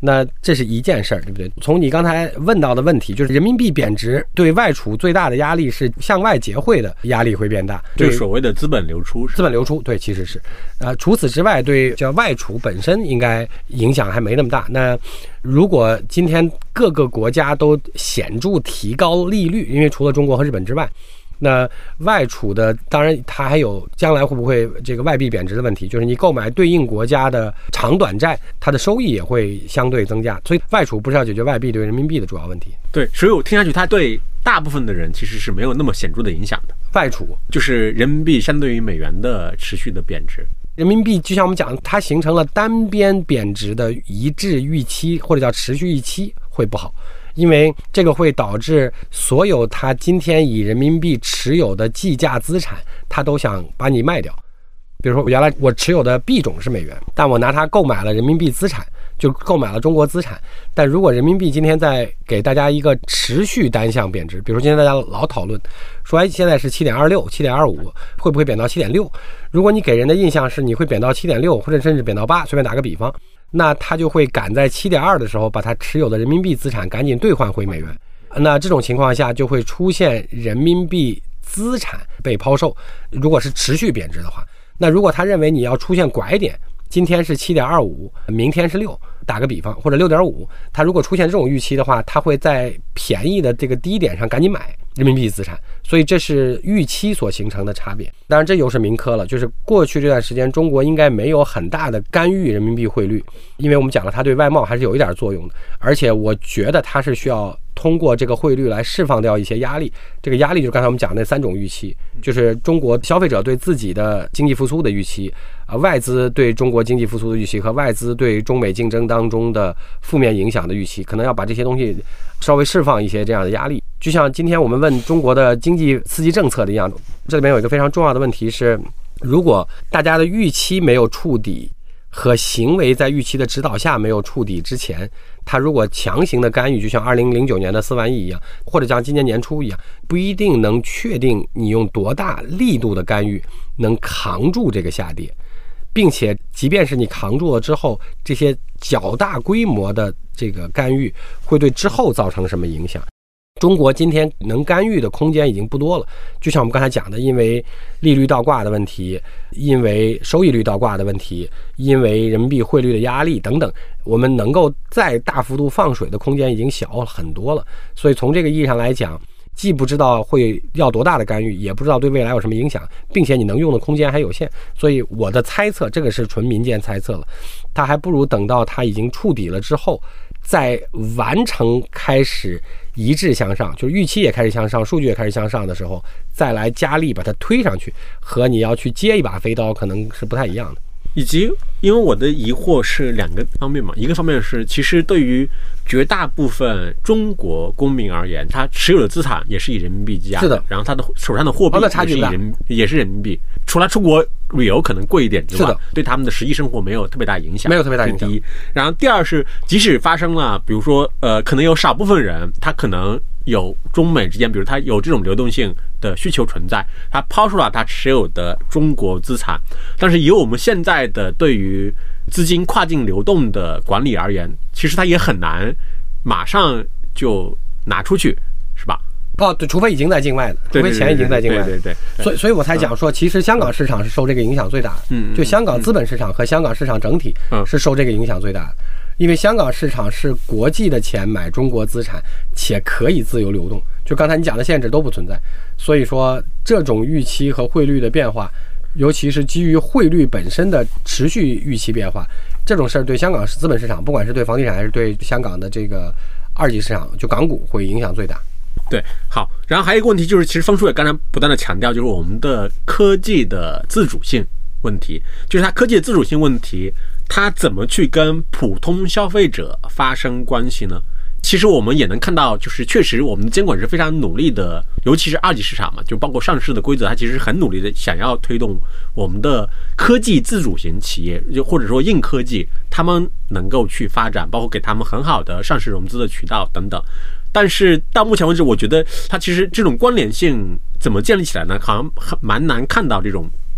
那这是一件事儿，对不对？从你刚才问到的问题，就是人民币贬值对外储最大的压力是向外结汇的压力会变大， 就是所谓的资本流出。 资本流出，对，其实是，呃，除此之外，对叫外储本身应该影响还没那么大。那如果今天各个国家都显著提高利率，因为除了中国和日本之外，那外储的当然它还有将来会不会这个外币贬值的问题，就是你购买对应国家的长短债，它的收益也会相对增加，所以外储不是要解决外币对人民币的主要问题。 对，所以我听下去它对大部分的人其实是没有那么显著的影响的。 外储就是人民币相对于美元的持续的贬值， 人民币就像我们讲，它形成了单边贬值的一致预期，或者叫持续预期会不好，因为这个会导致所有他今天以人民币持有的计价资产，他都想把你卖掉。比如说原来我持有的币种是美元，但我拿它购买了人民币资产，就购买了中国资产。但如果人民币今天在给大家一个持续单向贬值，比如说今天大家老讨论说，哎，现在是 七点二六 七点二五 会不会贬到 七点六？ 如果你给人的印象是你会贬到 七点六 或者甚至贬到八，随便打个比方，那他就会赶在 七点二 的时候把他持有的人民币资产赶紧兑换回美元。那这种情况下就会出现人民币资产被抛售，如果是持续贬值的话。那如果他认为你要出现拐点，今天是 七点二五 明天是六，打个比方，或者 六点五， 他如果出现这种预期的话，他会在便宜的这个低点上赶紧买人民币资产，所以这是预期所形成的差别。当然这又是民科了，就是过去这段时间中国应该没有很大的干预人民币汇率，因为我们讲了它对外贸还是有一点作用的，而且我觉得它是需要通过这个汇率来释放掉一些压力。这个压力就是刚才我们讲的那三种预期，就是中国消费者对自己的经济复苏的预期，呃，外资对中国经济复苏的预期和外资对中美竞争当中的负面影响的预期，可能要把这些东西稍微释放一些这样的压力。就像今天我们问中国的经济刺激政策的一样，这里面有一个非常重要的问题是，如果大家的预期没有触底和行为在预期的指导下没有触底之前，他如果强行的干预，就像二零零九年的四万亿一样，或者像今年年初一样，不一定能确定你用多大力度的干预能扛住这个下跌，并且即便是你扛住了之后，这些较大规模的这个干预会对之后造成什么影响。中国今天能干预的空间已经不多了，就像我们刚才讲的，因为利率倒挂的问题，因为收益率倒挂的问题，因为人民币汇率的压力等等，我们能够再大幅度放水的空间已经小很多了。所以从这个意义上来讲，既不知道会要多大的干预，也不知道对未来有什么影响，并且你能用的空间还有限。所以我的猜测，这个是纯民间猜测了，它还不如等到它已经触底了之后，在完成开始一致向上，就是预期也开始向上，数据也开始向上的时候，再来加力把它推上去，和你要去接一把飞刀可能是不太一样的。 以及因为我的疑惑是两个方面嘛，一个方面是其实对于绝大部分中国公民而言，他持有的资产也是以人民币计价的， 是的， 然后他的手上的货币也是以人、哦、也是人民币，除了出国旅游可能贵一点之外， 是的， 对他们的实际生活没有特别大影响， 没有特别大影响。 第一，然后第二是，即使发生了，比如说呃，可能有少部分人他可能有中美之间，比如他有这种流动性的需求存在，他抛出了他持有的中国资产，但是以我们现在的对于资金跨境流动的管理而言，其实他也很难马上就拿出去，是吧？ 哦，对，除非已经在境外的，除非钱已经在境外的， 对对 对, 对, 对， 所以所以我才讲说，其实香港市场是受这个影响最大的，嗯，就香港资本市场和香港市场整体是受这个影响最大的。因为香港市场是国际的钱买中国资产，且可以自由流动，就刚才你讲的限制都不存在。所以说这种预期和汇率的变化，尤其是基于汇率本身的持续预期变化，这种事儿对香港资本市场，不管是对房地产还是对香港的这个二级市场，就港股会影响最大。 对，好，然后还有一个问题就是，其实方叔也刚才不断的强调，就是我们的科技的自主性问题，就是它科技的自主性问题，它怎么去跟普通消费者发生关系呢？其实我们也能看到，就是确实我们的监管是非常努力的，尤其是二级市场嘛，就包括上市的规则，它其实很努力的想要推动我们的科技自主型企业，就或者说硬科技，他们能够去发展，包括给他们很好的上市融资的渠道等等。但是到目前为止，我觉得它其实这种关联性怎么建立起来呢？好像很蛮难看到这种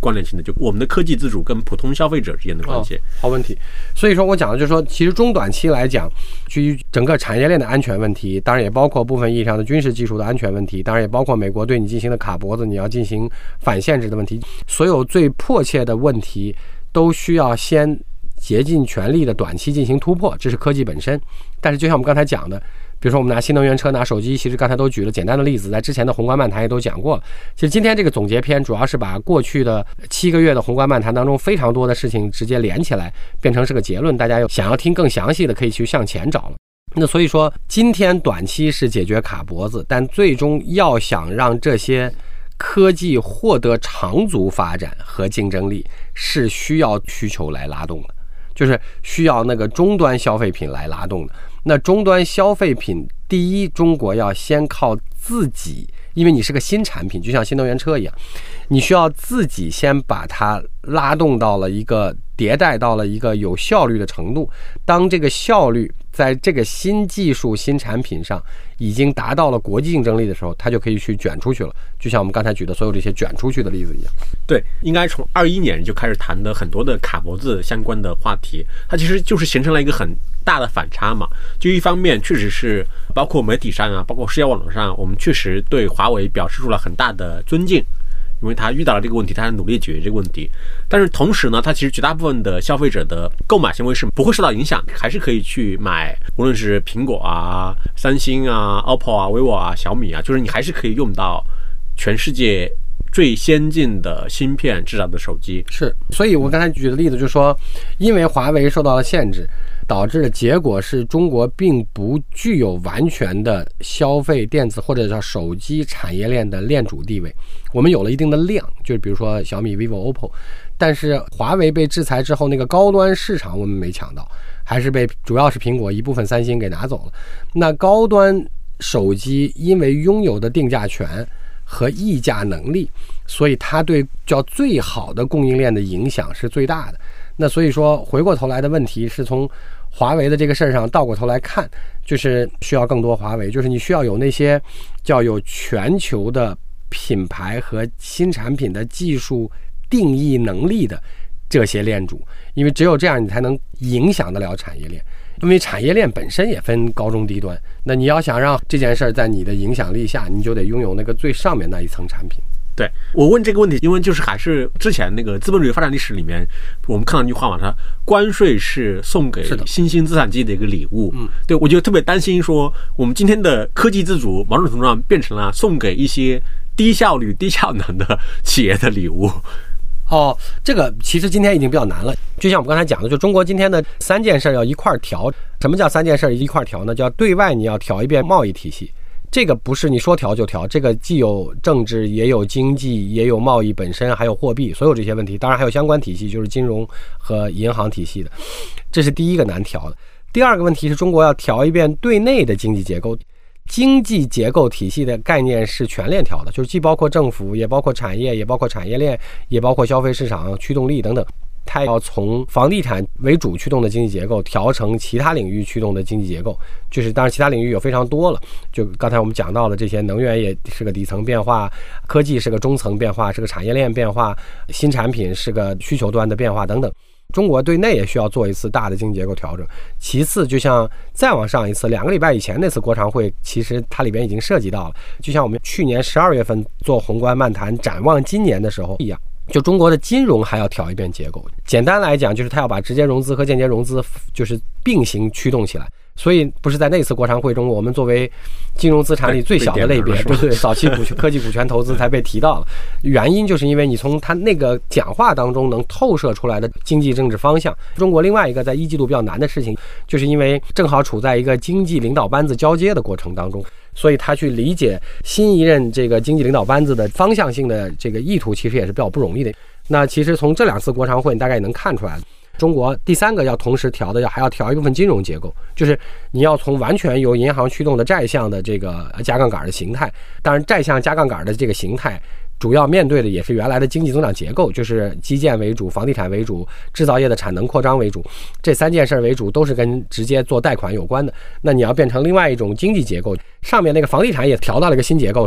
关联性的，就我们的科技自主跟普通消费者之间的关系。 哦、好问题。所以说我讲的就是说，其实中短期来讲，基于整个产业链的安全问题，当然也包括部分意义上的军事技术的安全问题，当然也包括美国对你进行的卡脖子，你要进行反限制的问题，所有最迫切的问题都需要先竭尽全力的短期进行突破，这是科技本身。但是就像我们刚才讲的，比如说我们拿新能源车、拿手机，其实刚才都举了简单的例子，在之前的宏观漫谈也都讲过了。其实今天这个总结篇主要是把过去的七个月的宏观漫谈当中非常多的事情直接连起来，变成是个结论。大家有想要听更详细的，可以去向前找了。那所以说，今天短期是解决卡脖子，但最终要想让这些科技获得长足发展和竞争力，是需要需求来拉动的，就是需要那个终端消费品来拉动的。那终端消费品，第一，中国要先靠自己，因为你是个新产品，就像新能源车一样，你需要自己先把它拉动到了一个迭代到了一个有效率的程度。当这个效率在这个新技术、新产品上已经达到了国际竞争力的时候，它就可以去卷出去了。就像我们刚才举的所有这些卷出去的例子一样。 对，应该从二一年就开始谈的很多的卡脖子相关的话题，它其实就是形成了一个很大的反差嘛。就一方面确实是包括媒体上啊，包括社交网络上，我们确实对华为表示出了很大的尊敬，因为他遇到了这个问题，他努力解决这个问题。但是同时呢，他其实绝大部分的消费者的购买行为是不会受到影响，还是可以去买，无论是苹果啊、三星啊、O P P O 啊、vivo 啊、小米啊，就是你还是可以用到全世界最先进的芯片制造的手机。 是，所以我刚才举的例子就是说，因为华为受到了限制，导致的结果是中国并不具有完全的消费电子或者叫手机产业链的链主地位。我们有了一定的量，就是比如说小米、vivo、O P P O， 但是华为被制裁之后，那个高端市场我们没抢到，还是被主要是苹果一部分三星给拿走了。那高端手机因为拥有的定价权和议价能力，所以它对叫最好的供应链的影响是最大的。那所以说回过头来的问题是从华为的这个事儿上倒过头来看，就是需要更多华为，就是你需要有那些叫有全球的品牌和新产品的技术定义能力的这些链主，因为只有这样你才能影响得了产业链。因为产业链本身也分高中低端，那你要想让这件事在你的影响力下，你就得拥有那个最上面那一层产品。 对，我问这个问题，因为就是还是之前那个资本主义发展历史里面，我们看到一句话嘛，它关税是送给新兴资产阶级的一个礼物。嗯，对，我就特别担心说，我们今天的科技自主，某种程度上变成了送给一些低效率、低效能的企业的礼物。 哦，这个其实今天已经比较难了。就像我们刚才讲的，就中国今天的三件事要一块调。什么叫三件事一块调呢？叫对外你要调一遍贸易体系。这个不是你说调就调，这个既有政治，也有经济，也有贸易本身，还有货币，所有这些问题，当然还有相关体系，就是金融和银行体系的。这是第一个难调的。第二个问题是中国要调一遍对内的经济结构。经济结构体系的概念是全链条的，就是既包括政府，也包括产业，也包括产业链，也包括消费市场驱动力等等。它要从房地产为主驱动的经济结构调成其他领域驱动的经济结构，就是当然其他领域有非常多了，就刚才我们讲到的这些，能源也是个底层变化，科技是个中层变化，是个产业链变化，新产品是个需求端的变化等等。中国对内也需要做一次大的经济结构调整。其次，就像再往上一次，两个礼拜以前那次国常会，其实它里边已经涉及到了，就像我们去年十二月份做宏观漫谈展望今年的时候一样，就中国的金融还要调一遍结构。简单来讲，就是它要把直接融资和间接融资就是并行驱动起来。所以不是在那次国常会中，我们作为金融资产里最小的类别，对对，早期股权科技股权投资才被提到了。原因就是因为你从他那个讲话当中能透射出来的经济政治方向。中国另外一个在一季度比较难的事情，就是因为正好处在一个经济领导班子交接的过程当中，所以他去理解新一任这个经济领导班子的方向性的这个意图，其实也是比较不容易的。那其实从这两次国常会，你大概也能看出来了。中国第三个要同时调的，要还要调一部分金融结构，就是你要从完全由银行驱动的债项的这个加杠杆的形态，当然债项加杠杆的这个形态主要面对的也是原来的经济增长结构，就是基建为主、房地产为主、制造业的产能扩张为主，这三件事为主，都是跟直接做贷款有关的。那你要变成另外一种经济结构，上面那个房地产也调到了一个新结构上，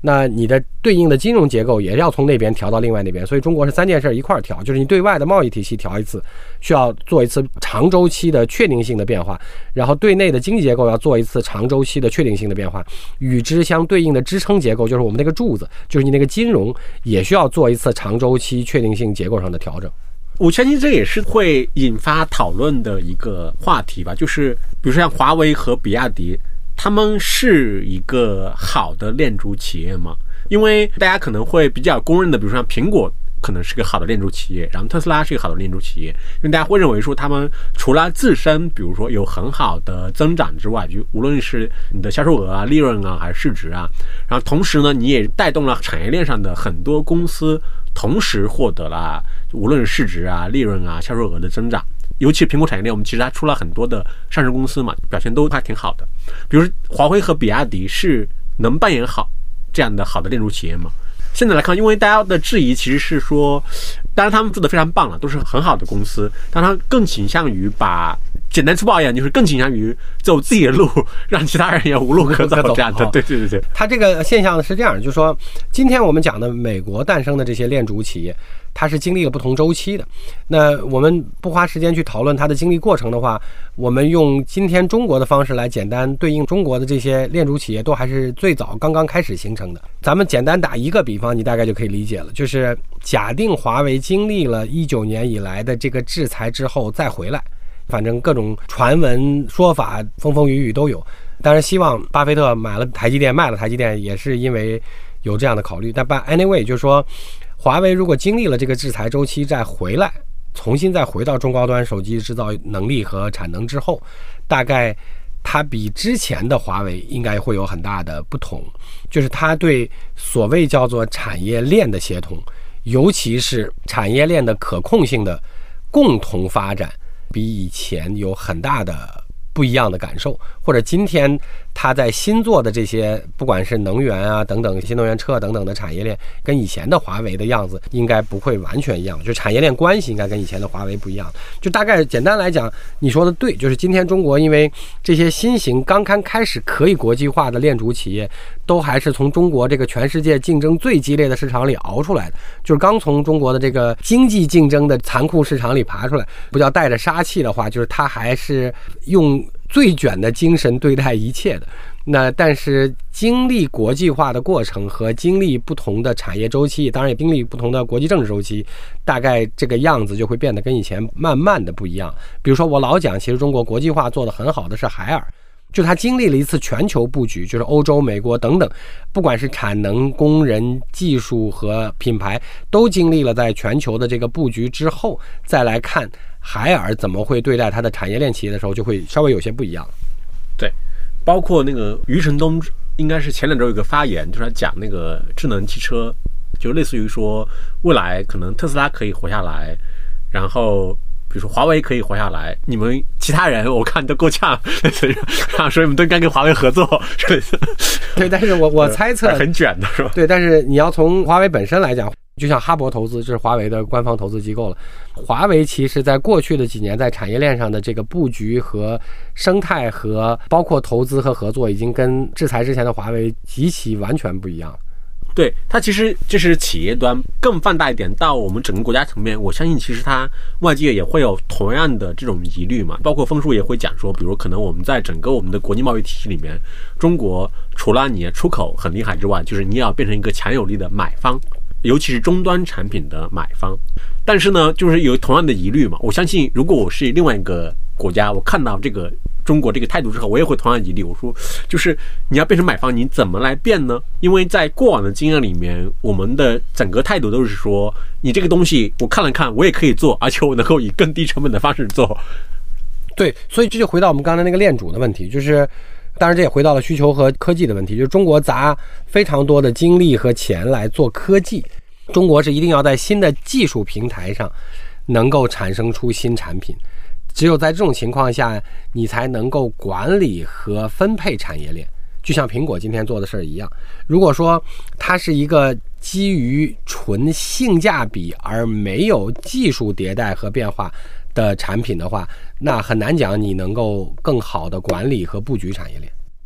那你的对应的金融结构也要从那边调到另外那边，所以中国是三件事一块儿调，就是你对外的贸易体系调一次，需要做一次长周期的确定性的变化，然后对内的经济结构要做一次长周期的确定性的变化，与之相对应的支撑结构，就是我们那个柱子，就是你那个金融也需要做一次长周期确定性结构上的调整。 我相信这也是会引发讨论的一个话题吧，就是比如说像华为和比亚迪，他们是一个好的链主企业吗？因为大家可能会比较公认的，比如说像苹果可能是个好的链主企业，然后特斯拉是一个好的链主企业，因为大家会认为说他们除了自身比如说有很好的增长之外，就无论是你的销售额啊、利润啊还是市值啊，然后同时呢你也带动了产业链上的很多公司同时获得了无论是市值啊、利润啊、销售额的增长。尤其苹果产业链，我们其实它出了很多的上市公司嘛，表现都还挺好的。比如华为和比亚迪是能扮演好这样的好的链主企业吗？现在来看，因为大家的质疑其实是说，当然他们做的非常棒了，都是很好的公司，但他更倾向于把简单粗暴一点，就是更倾向于走自己的路，让其他人也无路可走这样的。对对对对， 它这个现象是这样，就是说，今天我们讲的美国诞生的这些链主企业，它是经历了不同周期的。那我们不花时间去讨论它的经历过程的话，我们用今天中国的方式来简单对应中国的这些链主企业，都还是最早刚刚开始形成的。咱们简单打一个比方，你大概就可以理解了，就是假定华为经历了一九年以来的这个制裁之后再回来，反正各种传闻说法风风雨雨都有。当然希望巴菲特买了台积电，卖了台积电也是因为有这样的考虑。但 anyway 就是说，华为如果经历了这个制裁周期再回来，重新再回到中高端手机制造能力和产能之后，大概它比之前的华为应该会有很大的不同，就是它对所谓叫做产业链的协同，尤其是产业链的可控性的共同发展，比以前有很大的不一样的感受。或者今天它在新做的这些不管是能源啊等等新能源车等等的产业链，跟以前的华为的样子应该不会完全一样，就产业链关系应该跟以前的华为不一样。就大概简单来讲，你说的对，就是今天中国因为这些新型刚刚开始可以国际化的链主企业，都还是从中国这个全世界竞争最激烈的市场里熬出来的，就是刚从中国的这个经济竞争的残酷市场里爬出来，不叫带着杀气的话，就是它还是用最卷的精神对待一切的。那但是经历国际化的过程和经历不同的产业周期，当然也经历不同的国际政治周期，大概这个样子就会变得跟以前慢慢的不一样。比如说我老讲，其实中国国际化做得很好的是海尔，就它经历了一次全球布局，就是欧洲、美国等等，不管是产能、工人、技术和品牌，都经历了在全球的这个布局之后，再来看海尔怎么会对待它的产业链企业的时候，就会稍微有些不一样。 对，包括那个余承东，应该是前两周有个发言，就是他讲那个智能汽车，就类似于说未来可能特斯拉可以活下来，然后比如说华为可以活下来，你们其他人我看都够呛，所以我们都应该跟华为合作。 对，但是我我猜测很卷的是吧？ 对，但是你要从华为本身来讲，就像哈勃投资，这是华为的官方投资机构了。华为其实在过去的几年在产业链上的这个布局和生态和包括投资和合作，已经跟制裁之前的华为极其完全不一样。 对，它其实就是企业端更放大一点到我们整个国家层面，我相信其实它外界也会有同样的这种疑虑嘛。包括峰叔也会讲说，比如可能我们在整个我们的国际贸易体系里面，中国除了你出口很厉害之外，就是你也要变成一个强有力的买方，尤其是终端产品的买方。但是呢，就是有同样的疑虑嘛。我相信如果我是另外一个国家，我看到这个中国这个态度之后，我也会同样疑虑。我说，就是你要变成买方，你怎么来变呢？因为在过往的经验里面，我们的整个态度都是说，你这个东西我看了看，我也可以做，而且我能够以更低成本的方式做。 对，所以这就回到我们刚才那个链主的问题，就是当然这也回到了需求和科技的问题，就是中国砸非常多的精力和钱来做科技，中国是一定要在新的技术平台上能够产生出新产品，只有在这种情况下，你才能够管理和分配产业链。就像苹果今天做的事儿一样，如果说它是一个基于纯性价比而没有技术迭代和变化的产品的话，那很难讲你能够更好的管理和布局产业链。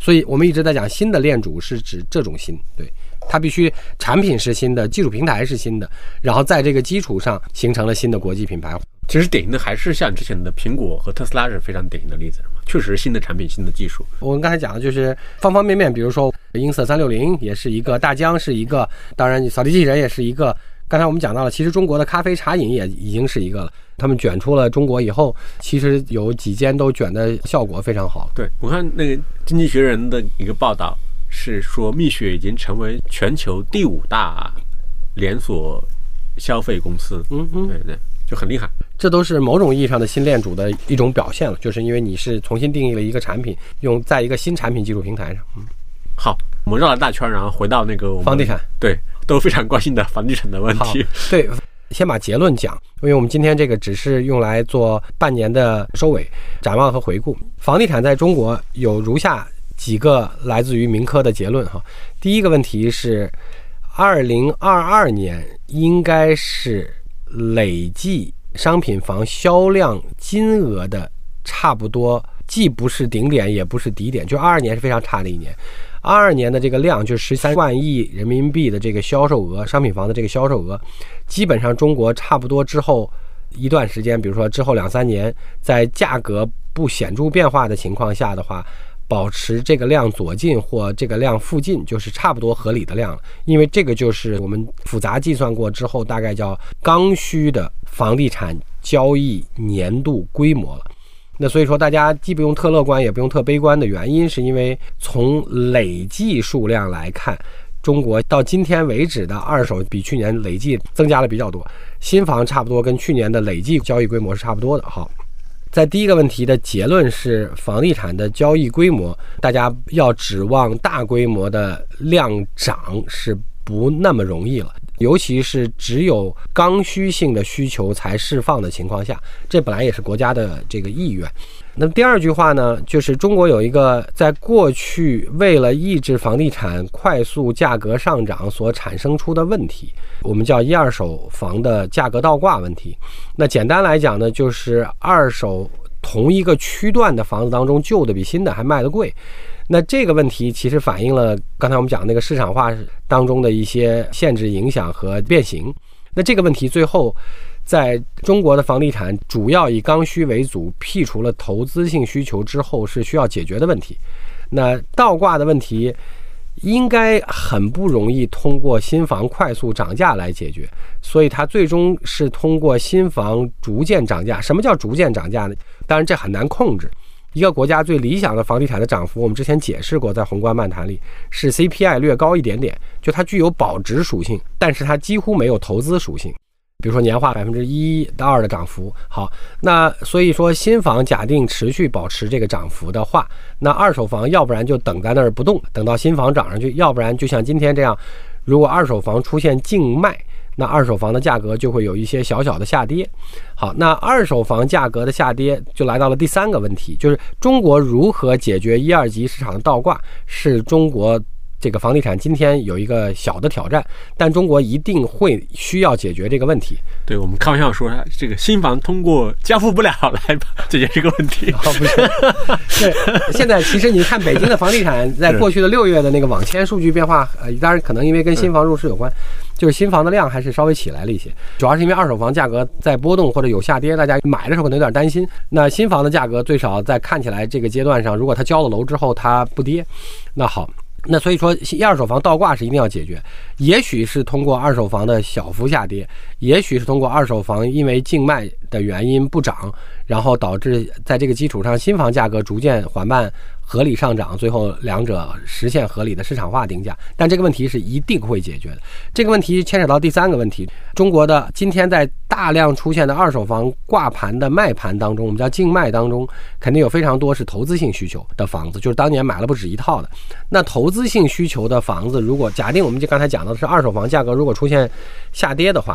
所以我们一直在讲新的链主是指这种新，对，它必须产品是新的，技术平台是新的，然后在这个基础上形成了新的国际品牌。 其实典型的还是像之前的苹果和特斯拉是非常典型的例子嘛，确实新的产品、新的技术。 我们刚才讲的就是方方面面，比如说音色三六零也是一个，大疆是一个，当然扫地机器人也是一个。刚才我们讲到了，其实中国的咖啡茶饮也已经是一个了。他们卷出了中国以后，其实有几间都卷的效果非常好。 对，我看那个《经济学人》的一个报道是说，蜜雪已经成为全球第五大连锁消费公司。嗯嗯，对对，就很厉害。 这都是某种意义上的新链主的一种表现了，就是因为你是重新定义了一个产品，用在一个新产品技术平台上。嗯， 好，我们绕了大圈，然后回到那个房地产， 对，都非常关心的房地产的问题。 对，先把结论讲，因为我们今天这个只是用来做半年的收尾、展望和回顾。房地产在中国有如下几个来自于民科的结论哈。第一个问题是，二零二二年应该是累计商品房销量金额的差不多，既不是顶点也不是底点，就二二年是非常差的一年。二二年的这个量就是十三万亿人民币的这个销售额，商品房的这个销售额，基本上中国差不多之后一段时间，比如说之后两三年，在价格不显著变化的情况下的话，保持这个量左近或这个量附近，就是差不多合理的量了。因为这个就是我们复杂计算过之后，大概叫刚需的房地产交易年度规模了。那所以说大家既不用特乐观也不用特悲观的原因，是因为从累计数量来看，中国到今天为止的二手比去年累计增加了比较多，新房差不多跟去年的累计交易规模是差不多的。好，在第一个问题的结论是，房地产的交易规模，大家要指望大规模的量涨是不那么容易了，尤其是只有刚需性的需求才释放的情况下，这本来也是国家的这个意愿。那么第二句话呢，就是中国有一个在过去为了抑制房地产快速价格上涨所产生出的问题，我们叫一二手房的价格倒挂问题。那简单来讲呢，就是二手同一个区段的房子当中，旧的比新的还卖得贵。那这个问题其实反映了刚才我们讲那个市场化当中的一些限制影响和变形。那这个问题最后在中国的房地产主要以刚需为主，剔除了投资性需求之后是需要解决的问题。那倒挂的问题应该很不容易通过新房快速涨价来解决，所以它最终是通过新房逐渐涨价。什么叫逐渐涨价呢？当然这很难控制。一个国家最理想的房地产的涨幅，我们之前解释过，在宏观漫谈里是 C P I 略高一点点，就它具有保值属性，但是它几乎没有投资属性。比如说年化百分之一到二的涨幅。好，那所以说新房假定持续保持这个涨幅的话，那二手房要不然就等在那儿不动，等到新房涨上去，要不然就像今天这样，如果二手房出现竞卖，那二手房的价格就会有一些小小的下跌。好，那二手房价格的下跌就来到了第三个问题，就是中国如何解决一二级市场的倒挂，是中国这个房地产今天有一个小的挑战，但中国一定会需要解决这个问题。 对，我们开玩笑说，这个新房通过交付不了来解决这个问题。 哦，不是，对，现在其实你看北京的房地产在过去的六月的那个网签数据变化，呃，当然可能因为跟新房入市有关，就是新房的量还是稍微起来了一些，主要是因为二手房价格在波动或者有下跌，大家买的时候可能有点担心。那新房的价格最少在看起来这个阶段上，如果它交了楼之后它不跌，那好。那所以说一二手房倒挂是一定要解决，也许是通过二手房的小幅下跌，也许是通过二手房因为竞卖的原因不涨，然后导致在这个基础上新房价格逐渐缓慢合理上涨，最后两者实现合理的市场化定价。但这个问题是一定会解决的。这个问题牵扯到第三个问题，中国的今天在大量出现的二手房挂盘的卖盘当中，我们叫竞卖当中，肯定有非常多是投资性需求的房子，就是当年买了不止一套的。那投资性需求的房子，如果假定我们就刚才讲到的是二手房价格如果出现下跌的话，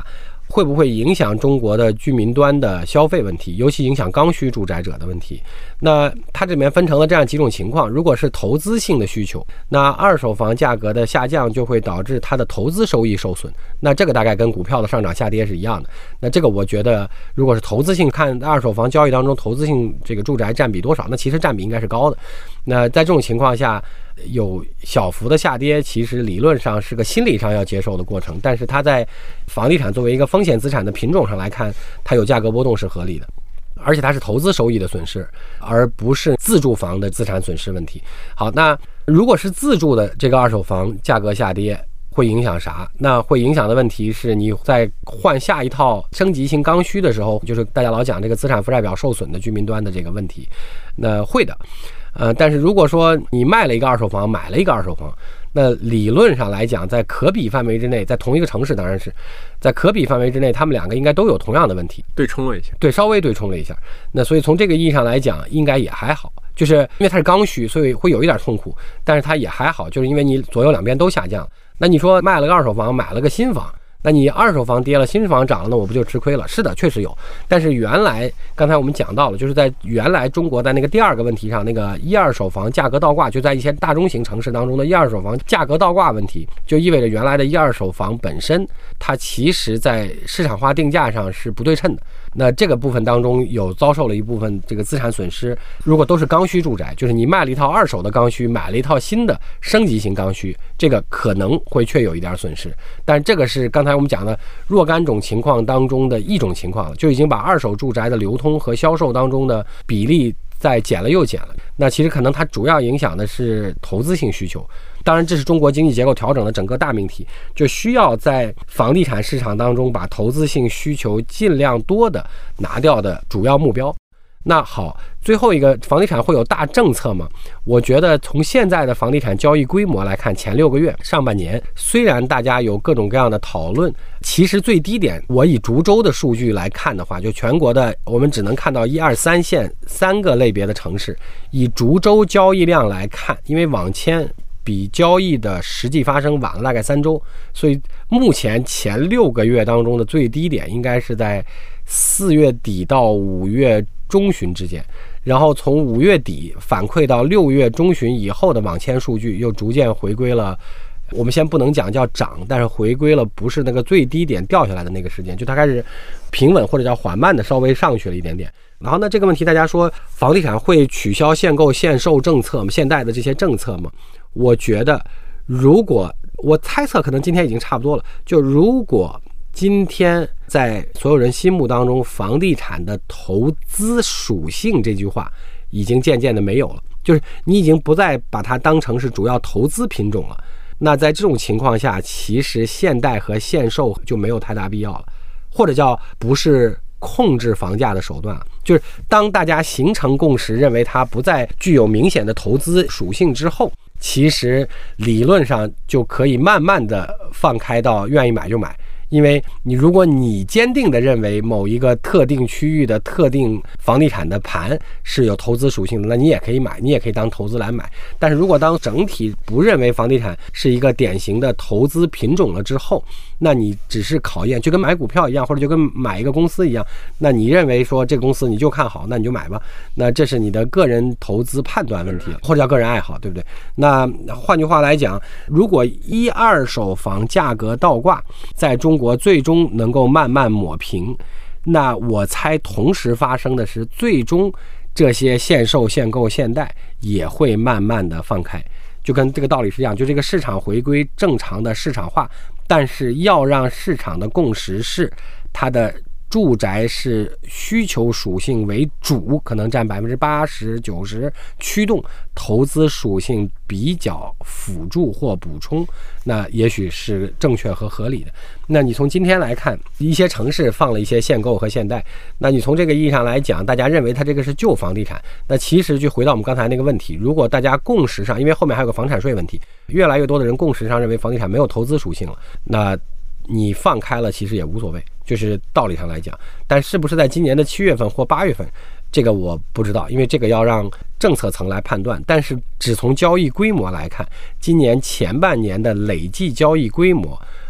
会不会影响中国的居民端的消费问题，尤其影响刚需住宅者的问题。那它这里面分成了这样几种情况，如果是投资性的需求，那二手房价格的下降就会导致它的投资收益受损，那这个大概跟股票的上涨下跌是一样的。那这个我觉得如果是投资性，看二手房交易当中投资性这个住宅占比多少，那其实占比应该是高的。那在这种情况下有小幅的下跌，其实理论上是个心理上要接受的过程，但是它在房地产作为一个风险资产的品种上来看，它有价格波动是合理的，而且它是投资收益的损失，而不是自住房的资产损失问题。好，那如果是自住的这个二手房价格下跌会影响啥？那会影响的问题是你在换下一套升级型刚需的时候，就是大家老讲这个资产负债表受损的居民端的这个问题，那会的。呃，但是如果说你卖了一个二手房，买了一个二手房，那理论上来讲，在可比范围之内，在同一个城市，当然是在可比范围之内，他们两个应该都有同样的问题， 对冲了一下， 对，稍微对冲了一下。那所以从这个意义上来讲，应该也还好，就是因为它是刚需，所以会有一点痛苦，但是它也还好，就是因为你左右两边都下降。那你说卖了个二手房，买了个新房，那你二手房跌了，新房涨了，那我不就吃亏了？是的，确实有。但是原来刚才我们讲到了，就是在原来中国在那个第二个问题上，那个一二手房价格倒挂，就在一些大中型城市当中的一二手房价格倒挂问题，就意味着原来的一二手房本身它其实在市场化定价上是不对称的。那这个部分当中有遭受了一部分这个资产损失。如果都是刚需住宅，就是你卖了一套二手的刚需，买了一套新的升级型刚需，这个可能会确有一点损失。但这个是刚才我们讲的若干种情况当中的一种情况了，就已经把二手住宅的流通和销售当中的比例再减了又减了。那其实可能它主要影响的是投资性需求。当然这是中国经济结构调整的整个大命题，就需要在房地产市场当中把投资性需求尽量多的拿掉的主要目标。那好，最后一个，房地产会有大政策吗？我觉得从现在的房地产交易规模来看，前六个月上半年虽然大家有各种各样的讨论，其实最低点我以株洲的数据来看的话，就全国的我们只能看到一二三线三个类别的城市，以株洲交易量来看，因为网签比交易的实际发生晚了大概三周，所以目前前六个月当中的最低点应该是在四月底到五月中旬之间，然后从五月底反馈到六月中旬以后的网签数据又逐渐回归了，我们先不能讲叫涨，但是回归了不是那个最低点掉下来的那个时间，就它开始平稳或者叫缓慢的稍微上去了一点点。然后呢，这个问题大家说房地产会取消限购限售政策吗？现代的这些政策吗？我觉得如果我猜测可能今天已经差不多了，就如果今天在所有人心目当中房地产的投资属性这句话已经渐渐的没有了，就是你已经不再把它当成是主要投资品种了，那在这种情况下其实限贷和限售就没有太大必要了，或者叫不是控制房价的手段了。就是当大家形成共识认为它不再具有明显的投资属性之后，其实理论上就可以慢慢的放开到愿意买就买。因为你如果你坚定的认为某一个特定区域的特定房地产的盘是有投资属性的，那你也可以买，你也可以当投资来买。但是如果当整体不认为房地产是一个典型的投资品种了之后，那你只是考验，就跟买股票一样，或者就跟买一个公司一样，那你认为说这个公司你就看好，那你就买吧，那这是你的个人投资判断问题，或者叫个人爱好，对不对？那换句话来讲，如果一二手房价格倒挂在中国最终能够慢慢抹平，那我猜同时发生的是最终这些限售限购限贷也会慢慢的放开，就跟这个道理是一样，就这个市场回归正常的市场化，但是要让市场的共识是它的住宅是需求属性为主，可能占百分之八十九十，驱动投资属性比较辅助或补充，那也许是正确和合理的。那你从今天来看，一些城市放了一些限购和限贷，那你从这个意义上来讲，大家认为它这个是旧房地产，那其实就回到我们刚才那个问题，如果大家共识上，因为后面还有个房产税问题，越来越多的人共识上认为房地产没有投资属性了，那你放开了其实也无所谓，就是道理上来讲。但是不是在今年的七月份或八月份，这个我不知道，因为这个要让政策层来判断。但是只从交易规模来看，今年前半年的累计交易规模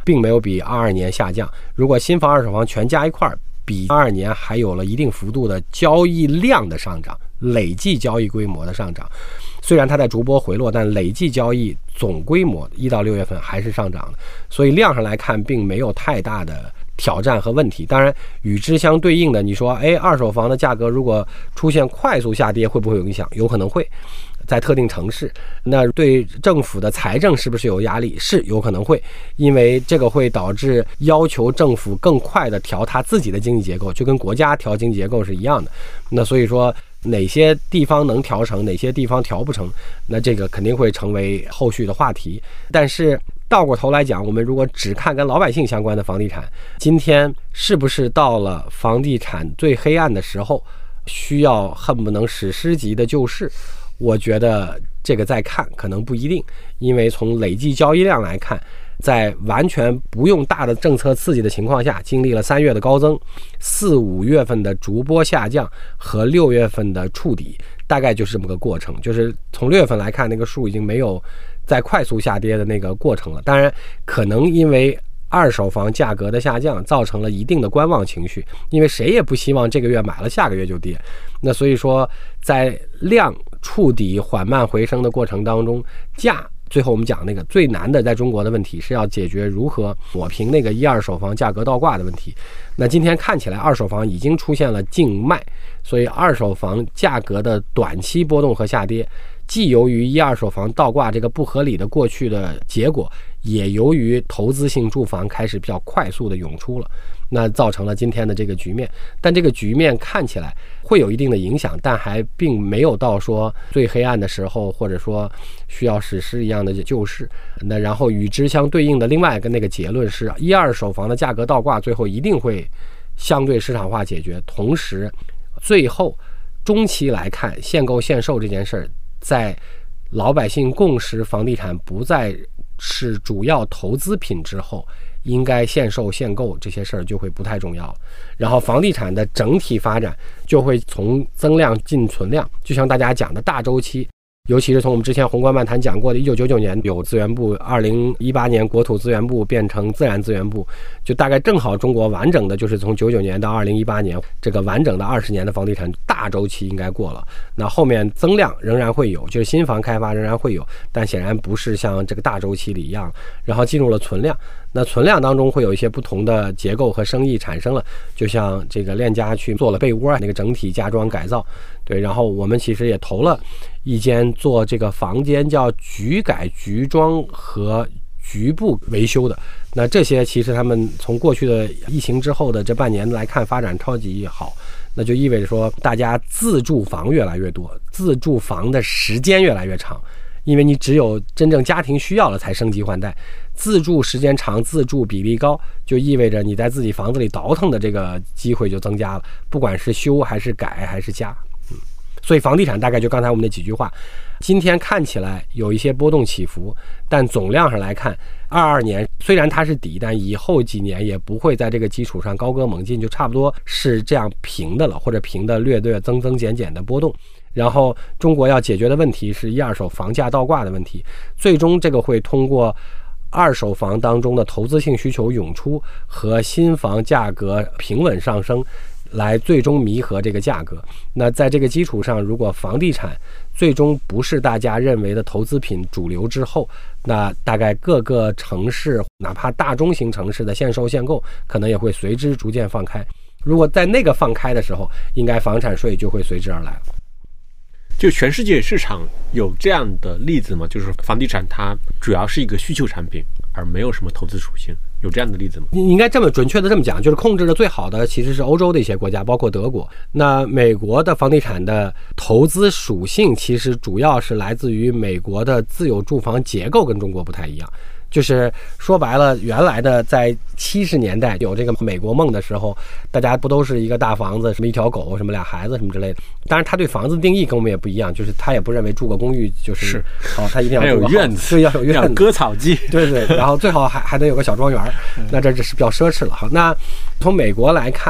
并没有比二二年下降。如果新房二手房全加一块，比二二年还有了一定幅度的交易量的上涨，累计交易规模的上涨。虽然它在逐波回落，但累计交易总规模一到六月份还是上涨的，所以量上来看并没有太大的挑战和问题。当然与之相对应的，你说哎，二手房的价格如果出现快速下跌会不会有影响？有可能会，在特定城市。那对政府的财政是不是有压力？是有可能会，因为这个会导致要求政府更快的调它自己的经济结构，就跟国家调经济结构是一样的。那所以说哪些地方能调成，哪些地方调不成，那这个肯定会成为后续的话题。但是倒过头来讲，我们如果只看跟老百姓相关的房地产，今天是不是到了房地产最黑暗的时候，需要恨不能史诗级的救市？我觉得这个再看可能不一定，因为从累计交易量来看，在完全不用大的政策刺激的情况下，经历了三月的高增，四五月份的逐波下降和六月份的触底，大概就是这么个过程。就是从六月份来看，那个数已经没有在快速下跌的那个过程了。当然可能因为二手房价格的下降造成了一定的观望情绪，因为谁也不希望这个月买了下个月就跌。那所以说在量触底缓慢回升的过程当中，价最后我们讲那个最难的在中国的问题是要解决如何抹平那个一二手房价格倒挂的问题。那今天看起来二手房已经出现了净卖，所以二手房价格的短期波动和下跌，既由于一二手房倒挂这个不合理的过去的结果，也由于投资性住房开始比较快速的涌出了，那造成了今天的这个局面。但这个局面看起来会有一定的影响，但还并没有到说最黑暗的时候，或者说需要史诗一样的救市。那然后与之相对应的另外一个那个结论是，一二手房的价格倒挂最后一定会相对市场化解决，同时最后中期来看，限购限售这件事儿，在老百姓共识房地产不再是主要投资品之后，应该限售限购这些事儿就会不太重要了。然后房地产的整体发展就会从增量进存量，就像大家讲的大周期，尤其是从我们之前宏观漫谈讲过的一九九九年有资源部，二零一八年国土资源部变成自然资源部，就大概正好中国完整的就是从九九年到二零一八年这个完整的二十年的房地产大周期应该过了。那后面增量仍然会有，就是新房开发仍然会有，但显然不是像这个大周期里一样。然后进入了存量，那存量当中会有一些不同的结构和生意产生了，就像这个链家去做了被窝那个整体家装改造，对，然后我们其实也投了一间做这个房间叫局改局装和局部维修的。那这些其实他们从过去的疫情之后的这半年来看发展超级好，那就意味着说大家自住房越来越多，自住房的时间越来越长，因为你只有真正家庭需要了才升级换代，自住时间长，自住比例高，就意味着你在自己房子里倒腾的这个机会就增加了，不管是修还是改还是加。嗯，所以房地产大概就刚才我们那几句话，今天看起来有一些波动起伏，但总量上来看，二二年虽然它是底，但以后几年也不会在这个基础上高歌猛进，就差不多是这样平的了，或者平的略略增增减减的波动。然后中国要解决的问题是一二手房价倒挂的问题，最终这个会通过二手房当中的投资性需求涌出和新房价格平稳上升来最终弥合这个价格。那在这个基础上，如果房地产最终不是大家认为的投资品主流之后，那大概各个城市哪怕大中型城市的限售限购可能也会随之逐渐放开。如果在那个放开的时候，应该房产税就会随之而来了。 就全世界市场有这样的例子吗？就是房地产它主要是一个需求产品，而没有什么投资属性，有这样的例子吗？ 你应该这么准确的这么讲，就是控制的最好的其实是欧洲的一些国家，包括德国。那美国的房地产的投资属性其实主要是来自于美国的自有住房结构跟中国不太一样。就是说白了，原来的在七十年代有这个美国梦的时候，大家不都是一个大房子，什么一条狗，什么俩孩子什么之类的。当然他对房子定义跟我们也不一样，就是他也不认为住个公寓就是好、哦，他一定要住个有院子， 对，要有院子， 割草机， 对对，然后最好还还得有个小庄园，那这只是比较奢侈了。好，那从美国来看，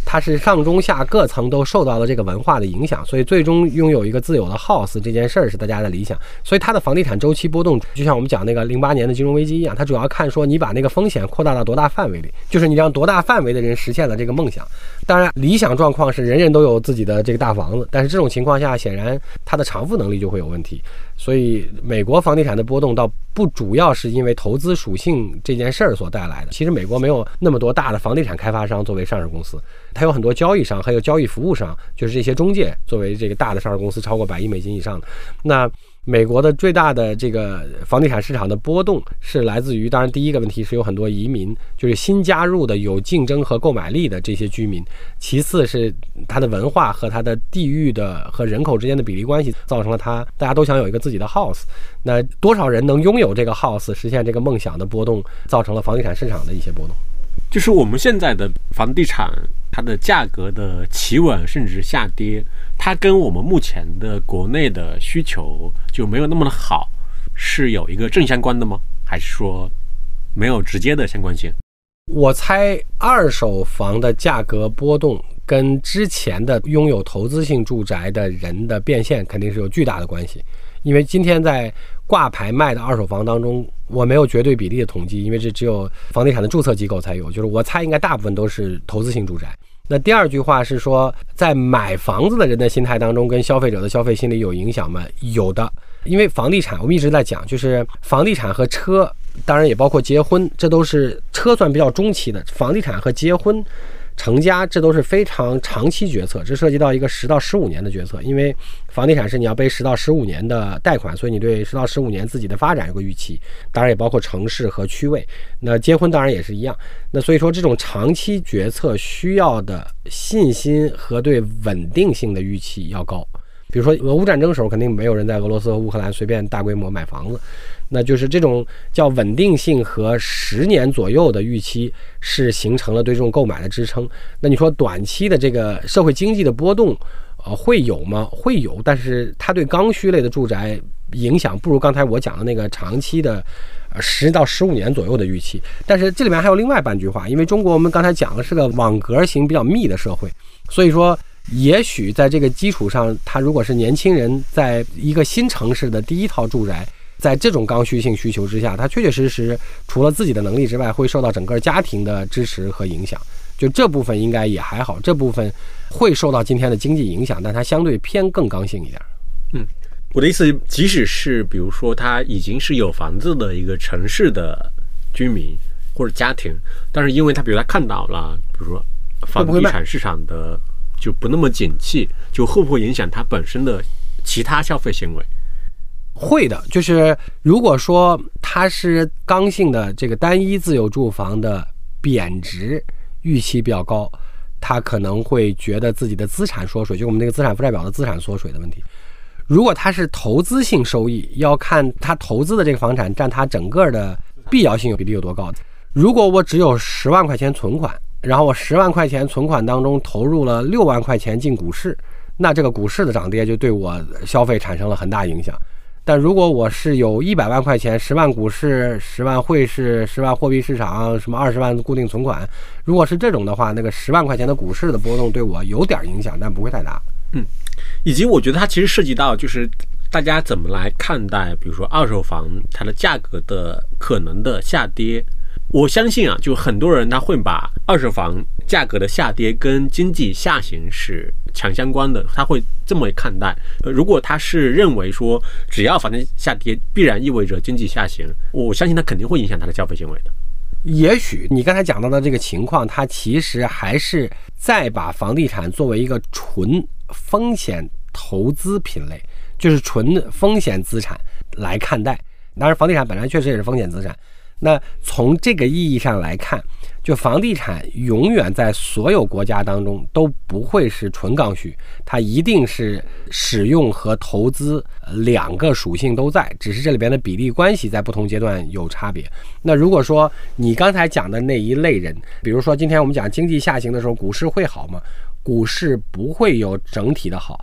它是上中下各层都受到了这个文化的影响，所以最终拥有一个自有的 house 这件事儿是大家的理想。所以它的房地产周期波动，就像我们讲那个零八年的金融危机一样，它主要看说你把那个风险扩大到多大范围里，就是你让多大范围的人实现了这个梦想。当然，理想状况是人人都有自己的这个大房子，但是这种情况下，显然它的偿付能力就会有问题。所以美国房地产的波动倒不主要是因为投资属性这件事儿所带来的。其实美国没有那么多大的房地产开发商作为上市公司，它有很多交易商，还有交易服务商，就是这些中介作为这个大的上市公司，超过百亿美金以上的。那美国的最大的这个房地产市场的波动是来自于，当然第一个问题是有很多移民，就是新加入的有竞争和购买力的这些居民，其次是它的文化和它的地域的和人口之间的比例关系，造成了它大家都想有一个自己的 house， 那多少人能拥有这个 house 实现这个梦想的波动，造成了房地产市场的一些波动。 就是我们现在的房地产它的价格的企稳甚至下跌，它跟我们目前的国内的需求就没有那么的好，是有一个正相关的吗？还是说没有直接的相关性？ 我猜二手房的价格波动跟之前的拥有投资性住宅的人的变现肯定是有巨大的关系。因为今天在挂牌卖的二手房当中，我没有绝对比例的统计，因为这只有房地产的注册机构才有，就是我猜应该大部分都是投资性住宅。那第二句话是说，在买房子的人的心态当中跟消费者的消费心理有影响吗？有的。因为房地产我们一直在讲，就是房地产和车，当然也包括结婚，这都是车算比较中期的，房地产和结婚成家这都是非常长期决策，这涉及到一个十到十五年的决策。因为房地产是你要背十到十五年的贷款，所以你对十到十五年自己的发展有个预期，当然也包括城市和区位。那结婚当然也是一样。那所以说这种长期决策需要的信心和对稳定性的预期要高。比如说俄乌战争的时候，肯定没有人在俄罗斯和乌克兰随便大规模买房子，那就是这种叫稳定性和十年左右的预期是形成了对这种购买的支撑。那你说短期的这个社会经济的波动呃，会有吗？会有，但是它对刚需类的住宅影响不如刚才我讲的那个长期的呃十到十五年左右的预期。但是这里面还有另外半句话，因为中国我们刚才讲的是个网格型比较密的社会，所以说也许在这个基础上，他如果是年轻人在一个新城市的第一套住宅，在这种刚需性需求之下，他确确实实除了自己的能力之外，会受到整个家庭的支持和影响。就这部分应该也还好，这部分会受到今天的经济影响，但它相对偏更刚性一点。 嗯，我的意思，即使是比如说他已经是有房子的一个城市的居民或者家庭，但是因为他比如他看到了，比如说房地产市场的就不那么景气，就会不会影响他本身的其他消费行为？ 会的，就是如果说它是刚性的这个单一自有住房的贬值预期比较高，他可能会觉得自己的资产缩水，就我们那个资产负债表的资产缩水的问题。如果它是投资性收益，要看他投资的这个房产占他整个的必要性有比例有多高。如果我只有十万块钱存款，然后我十万块钱存款当中投入了六万块钱进股市，那这个股市的涨跌就对我消费产生了很大影响。但如果我是有一百万块钱，十万股市，十万汇市，十万货币市场，什么二十万固定存款，如果是这种的话，那个十万块钱的股市的波动对我有点影响，但不会太大。 嗯，以及我觉得它其实涉及到就是大家怎么来看待，比如说二手房它的价格的可能的下跌。我相信啊，就很多人他会把二手房价格的下跌跟经济下行是强相关的，他会这么看待。呃，如果他是认为说只要房价下跌必然意味着经济下行，我相信他肯定会影响他的消费行为的。 也许你刚才讲到的这个情况，它其实还是再把房地产作为一个纯风险投资品类，就是纯风险资产来看待。当然房地产本来确实也是风险资产，那从这个意义上来看，就房地产永远在所有国家当中都不会是纯刚需，它一定是使用和投资两个属性都在，只是这里边的比例关系在不同阶段有差别。那如果说你刚才讲的那一类人，比如说今天我们讲经济下行的时候股市会好吗？股市不会有整体的好，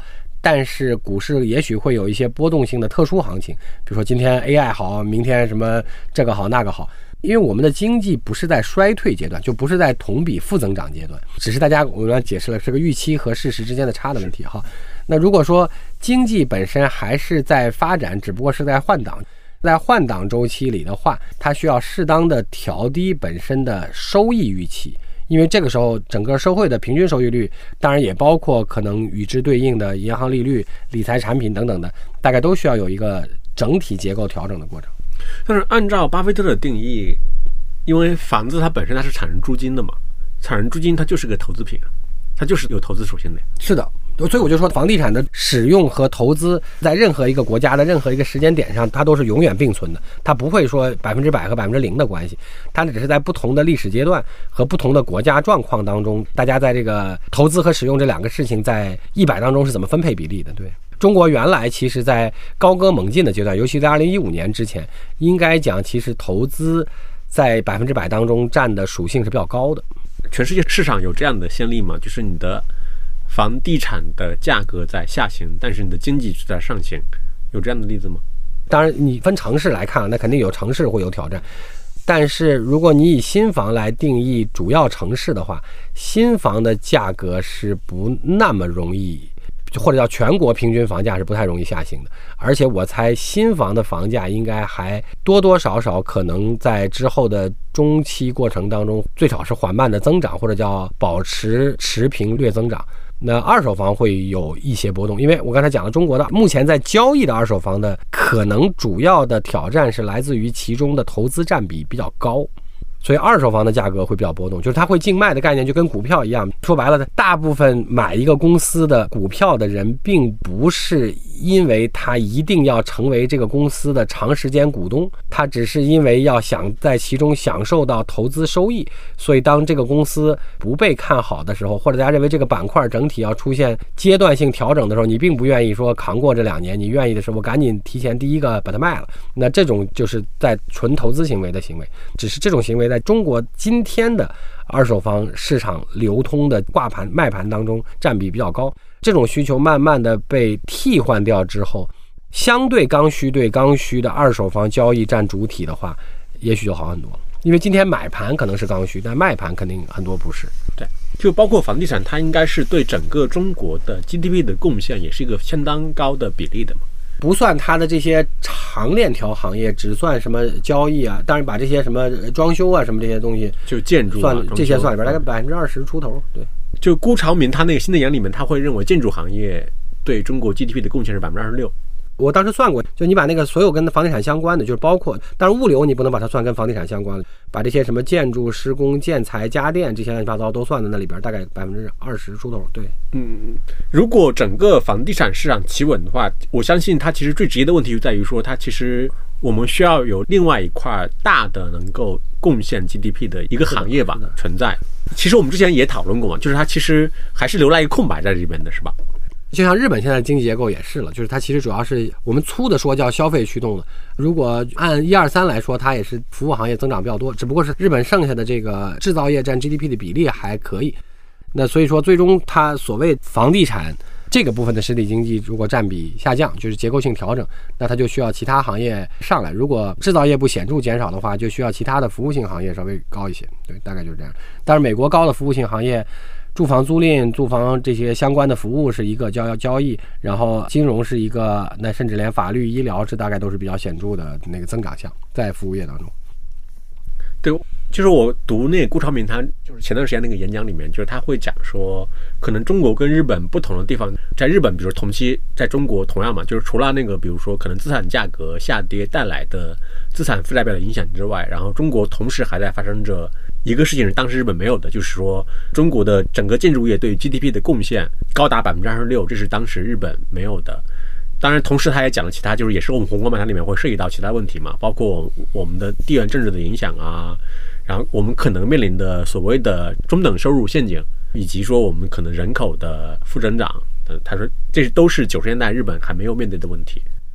但是股市也许会有一些波动性的特殊行情，比如说今天 A I 好，明天什么这个好那个好。因为我们的经济不是在衰退阶段，就不是在同比负增长阶段，只是大家我们解释了这个预期和事实之间的差的问题哈。那如果说经济本身还是在发展，只不过是在换挡，在换挡周期里的话，它需要适当的调低本身的收益预期，因为这个时候整个社会的平均收益率，当然也包括可能与之对应的银行利率、理财产品等等的，大概都需要有一个整体结构调整的过程。 但是按照巴菲特的定义，因为房子它本身它是产生租金的嘛，产生租金它就是个投资品，它就是有投资属性的。 是的，所以我就说房地产的使用和投资在任何一个国家的任何一个时间点上，它都是永远并存的，它不会说百分之百和百分之零的关系，它只是在不同的历史阶段和不同的国家状况当中，大家在这个投资和使用这两个事情在一百当中是怎么分配比例的。对，中国原来其实在高歌猛进的阶段，尤其在二零一五年之前，应该讲其实投资在百分之百当中占的属性是比较高的。 全世界市场有这样的先例吗？就是你的房地产的价格在下行，但是你的经济是在上行，有这样的例子吗？ 当然你分城市来看，那肯定有城市会有挑战，但是如果你以新房来定义主要城市的话，新房的价格是不那么容易，或者叫全国平均房价是不太容易下行的，而且我猜新房的房价应该还多多少少可能在之后的中期过程当中，最少是缓慢的增长，或者叫保持持平略增长。那二手房会有一些波动，因为我刚才讲了，中国的目前在交易的二手房的可能主要的挑战是来自于其中的投资占比比较高，所以二手房的价格会比较波动，就是它会竞卖的概念就跟股票一样，说白了，大部分买一个公司的股票的人并不是因为他一定要成为这个公司的长时间股东，他只是因为要想在其中享受到投资收益，所以当这个公司不被看好的时候，或者大家认为这个板块整体要出现阶段性调整的时候，你并不愿意说扛过这两年，你愿意的是我赶紧提前第一个把它卖了，那这种就是在纯投资行为的行为，只是这种行为在中国今天的二手房市场流通的挂盘卖盘当中占比比较高，这种需求慢慢的被替换掉之后，相对刚需对刚需的二手房交易占主体的话，也许就好很多。因为今天买盘可能是刚需，但卖盘肯定很多不是。 对，就包括房地产，它应该是对整个中国的 G D P 的贡献也是一个相当高的比例的嘛。 不算它的这些长链条行业，只算什么交易啊，当然把这些什么装修啊什么这些东西， 就建筑、啊、 算这些算里边大概百分之二十出头。对， 就辜朝明他那个新的眼里面，他会认为建筑行业对中国 G D P 的贡献是百分之二十六。 我当时算过，就你把那个所有跟房地产相关的，就是包括，当然物流你不能把它算跟房地产相关的，把这些什么建筑、施工、建材、家电这些乱七八糟都算在那里边，大概百分之二十出头。对， 嗯，如果整个房地产市场企稳的话，我相信它其实最直接的问题就在于说，它其实我们需要有另外一块大的能够贡献 G D P 的一个行业吧存在。其实我们之前也讨论过嘛，就是它其实还是留了一个空白在这边的，是吧？ 就像日本现在的经济结构也是了，就是它其实主要是我们粗的说叫消费驱动的，如果按一二三来说，它也是服务行业增长比较多，只不过是日本剩下的这个制造业占 G D P 的比例还可以。那所以说最终它所谓房地产这个部分的实体经济如果占比下降，就是结构性调整，那它就需要其他行业上来，如果制造业不显著减少的话，就需要其他的服务性行业稍微高一些。对，大概就是这样。但是美国高的服务性行业，住房租赁、住房这些相关的服务是一个交交易，然后金融是一个，那甚至连法律、医疗这大概都是比较显著的那个增长项，在服务业当中。 对，就是我读那个顾超明他就是前段时间那个演讲里面，就是他会讲说，可能中国跟日本不同的地方，在日本比如同期在中国同样嘛，就是除了那个比如说可能资产价格下跌带来的资产负债表的影响之外，然后中国同时还在发生着一个事情是当时日本没有的，就是说中国的整个建筑业对于 G D P 的贡献高达百分之二十六，这是当时日本没有的。当然同时他也讲了其他，就是也是我们宏观漫谈里面会涉及到其他问题嘛，包括我们的地缘政治的影响啊，然后我们可能面临的所谓的中等收入陷阱，以及说我们可能人口的负增长，他说这都是九十年代日本还没有面对的问题。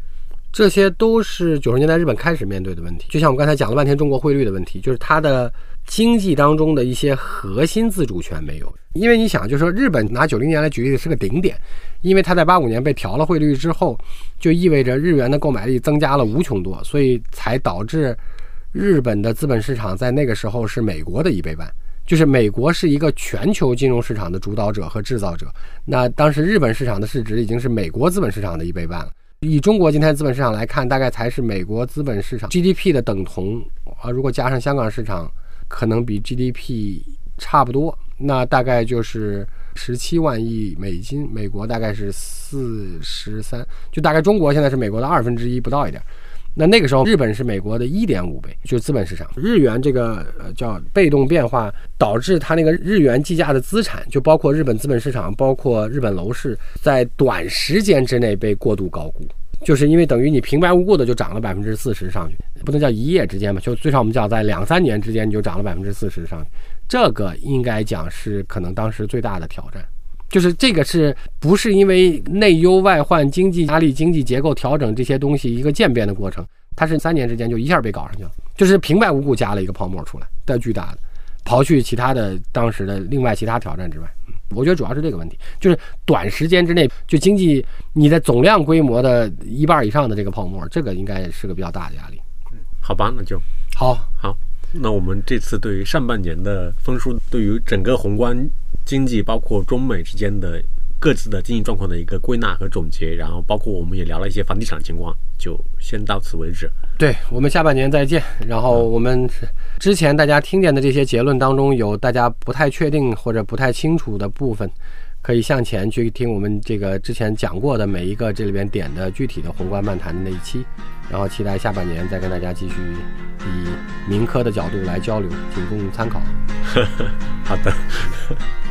这些都是九十年代日本开始面对的问题。就像我们刚才讲了半天中国汇率的问题，就是它的经济当中的一些核心自主权没有。因为你想，就是说日本拿九零年来举例是个顶点，因为它在八五年被调了汇率之后，就意味着日元的购买力增加了无穷多，所以才导致日本的资本市场在那个时候是美国的一倍半。就是美国是一个全球金融市场的主导者和制造者，那当时日本市场的市值已经是美国资本市场的一倍半了。以中国今天资本市场来看，大概才是美国资本市场 G D P 的等同啊，如果加上香港市场，可能比 G D P 差不多，那大概就是十七万亿美金，美国大概是四十三，就大概中国现在是美国的二分之一不到一点。那那个时候日本是美国的 一点五倍，就是资本市场。日元这个呃叫被动变化，导致它那个日元计价的资产，就包括日本资本市场，包括日本楼市，在短时间之内被过度高估。就是因为等于你平白无故的就涨了百分之四十上去，不能叫一夜之间嘛，就最少我们叫在两三年之间你就涨了百分之四十上去，这个应该讲是可能当时最大的挑战。就是这个是不是因为内忧外患、经济压力、经济结构调整这些东西一个渐变的过程，它是三年之间就一下被搞上去了，就是平白无故加了一个泡沫出来的巨大的，刨去其他的当时的另外其他挑战之外，我觉得主要是这个问题，就是短时间之内就经济你的总量规模的一半以上的这个泡沫，这个应该是个比较大的压力。 好吧，那就好好。那我们这次对于上半年的分数，对于整个宏观经济，包括中美之间的各自的经济状况的一个归纳和总结，然后包括我们也聊了一些房地产情况，就先到此为止。 对，我们下半年再见。然后我们之前大家听见的这些结论当中，有大家不太确定或者不太清楚的部分，可以向前去听我们这个之前讲过的每一个这里边点的具体的宏观漫谈的那一期，然后期待下半年再跟大家继续以民科的角度来交流，仅供参考。 好的。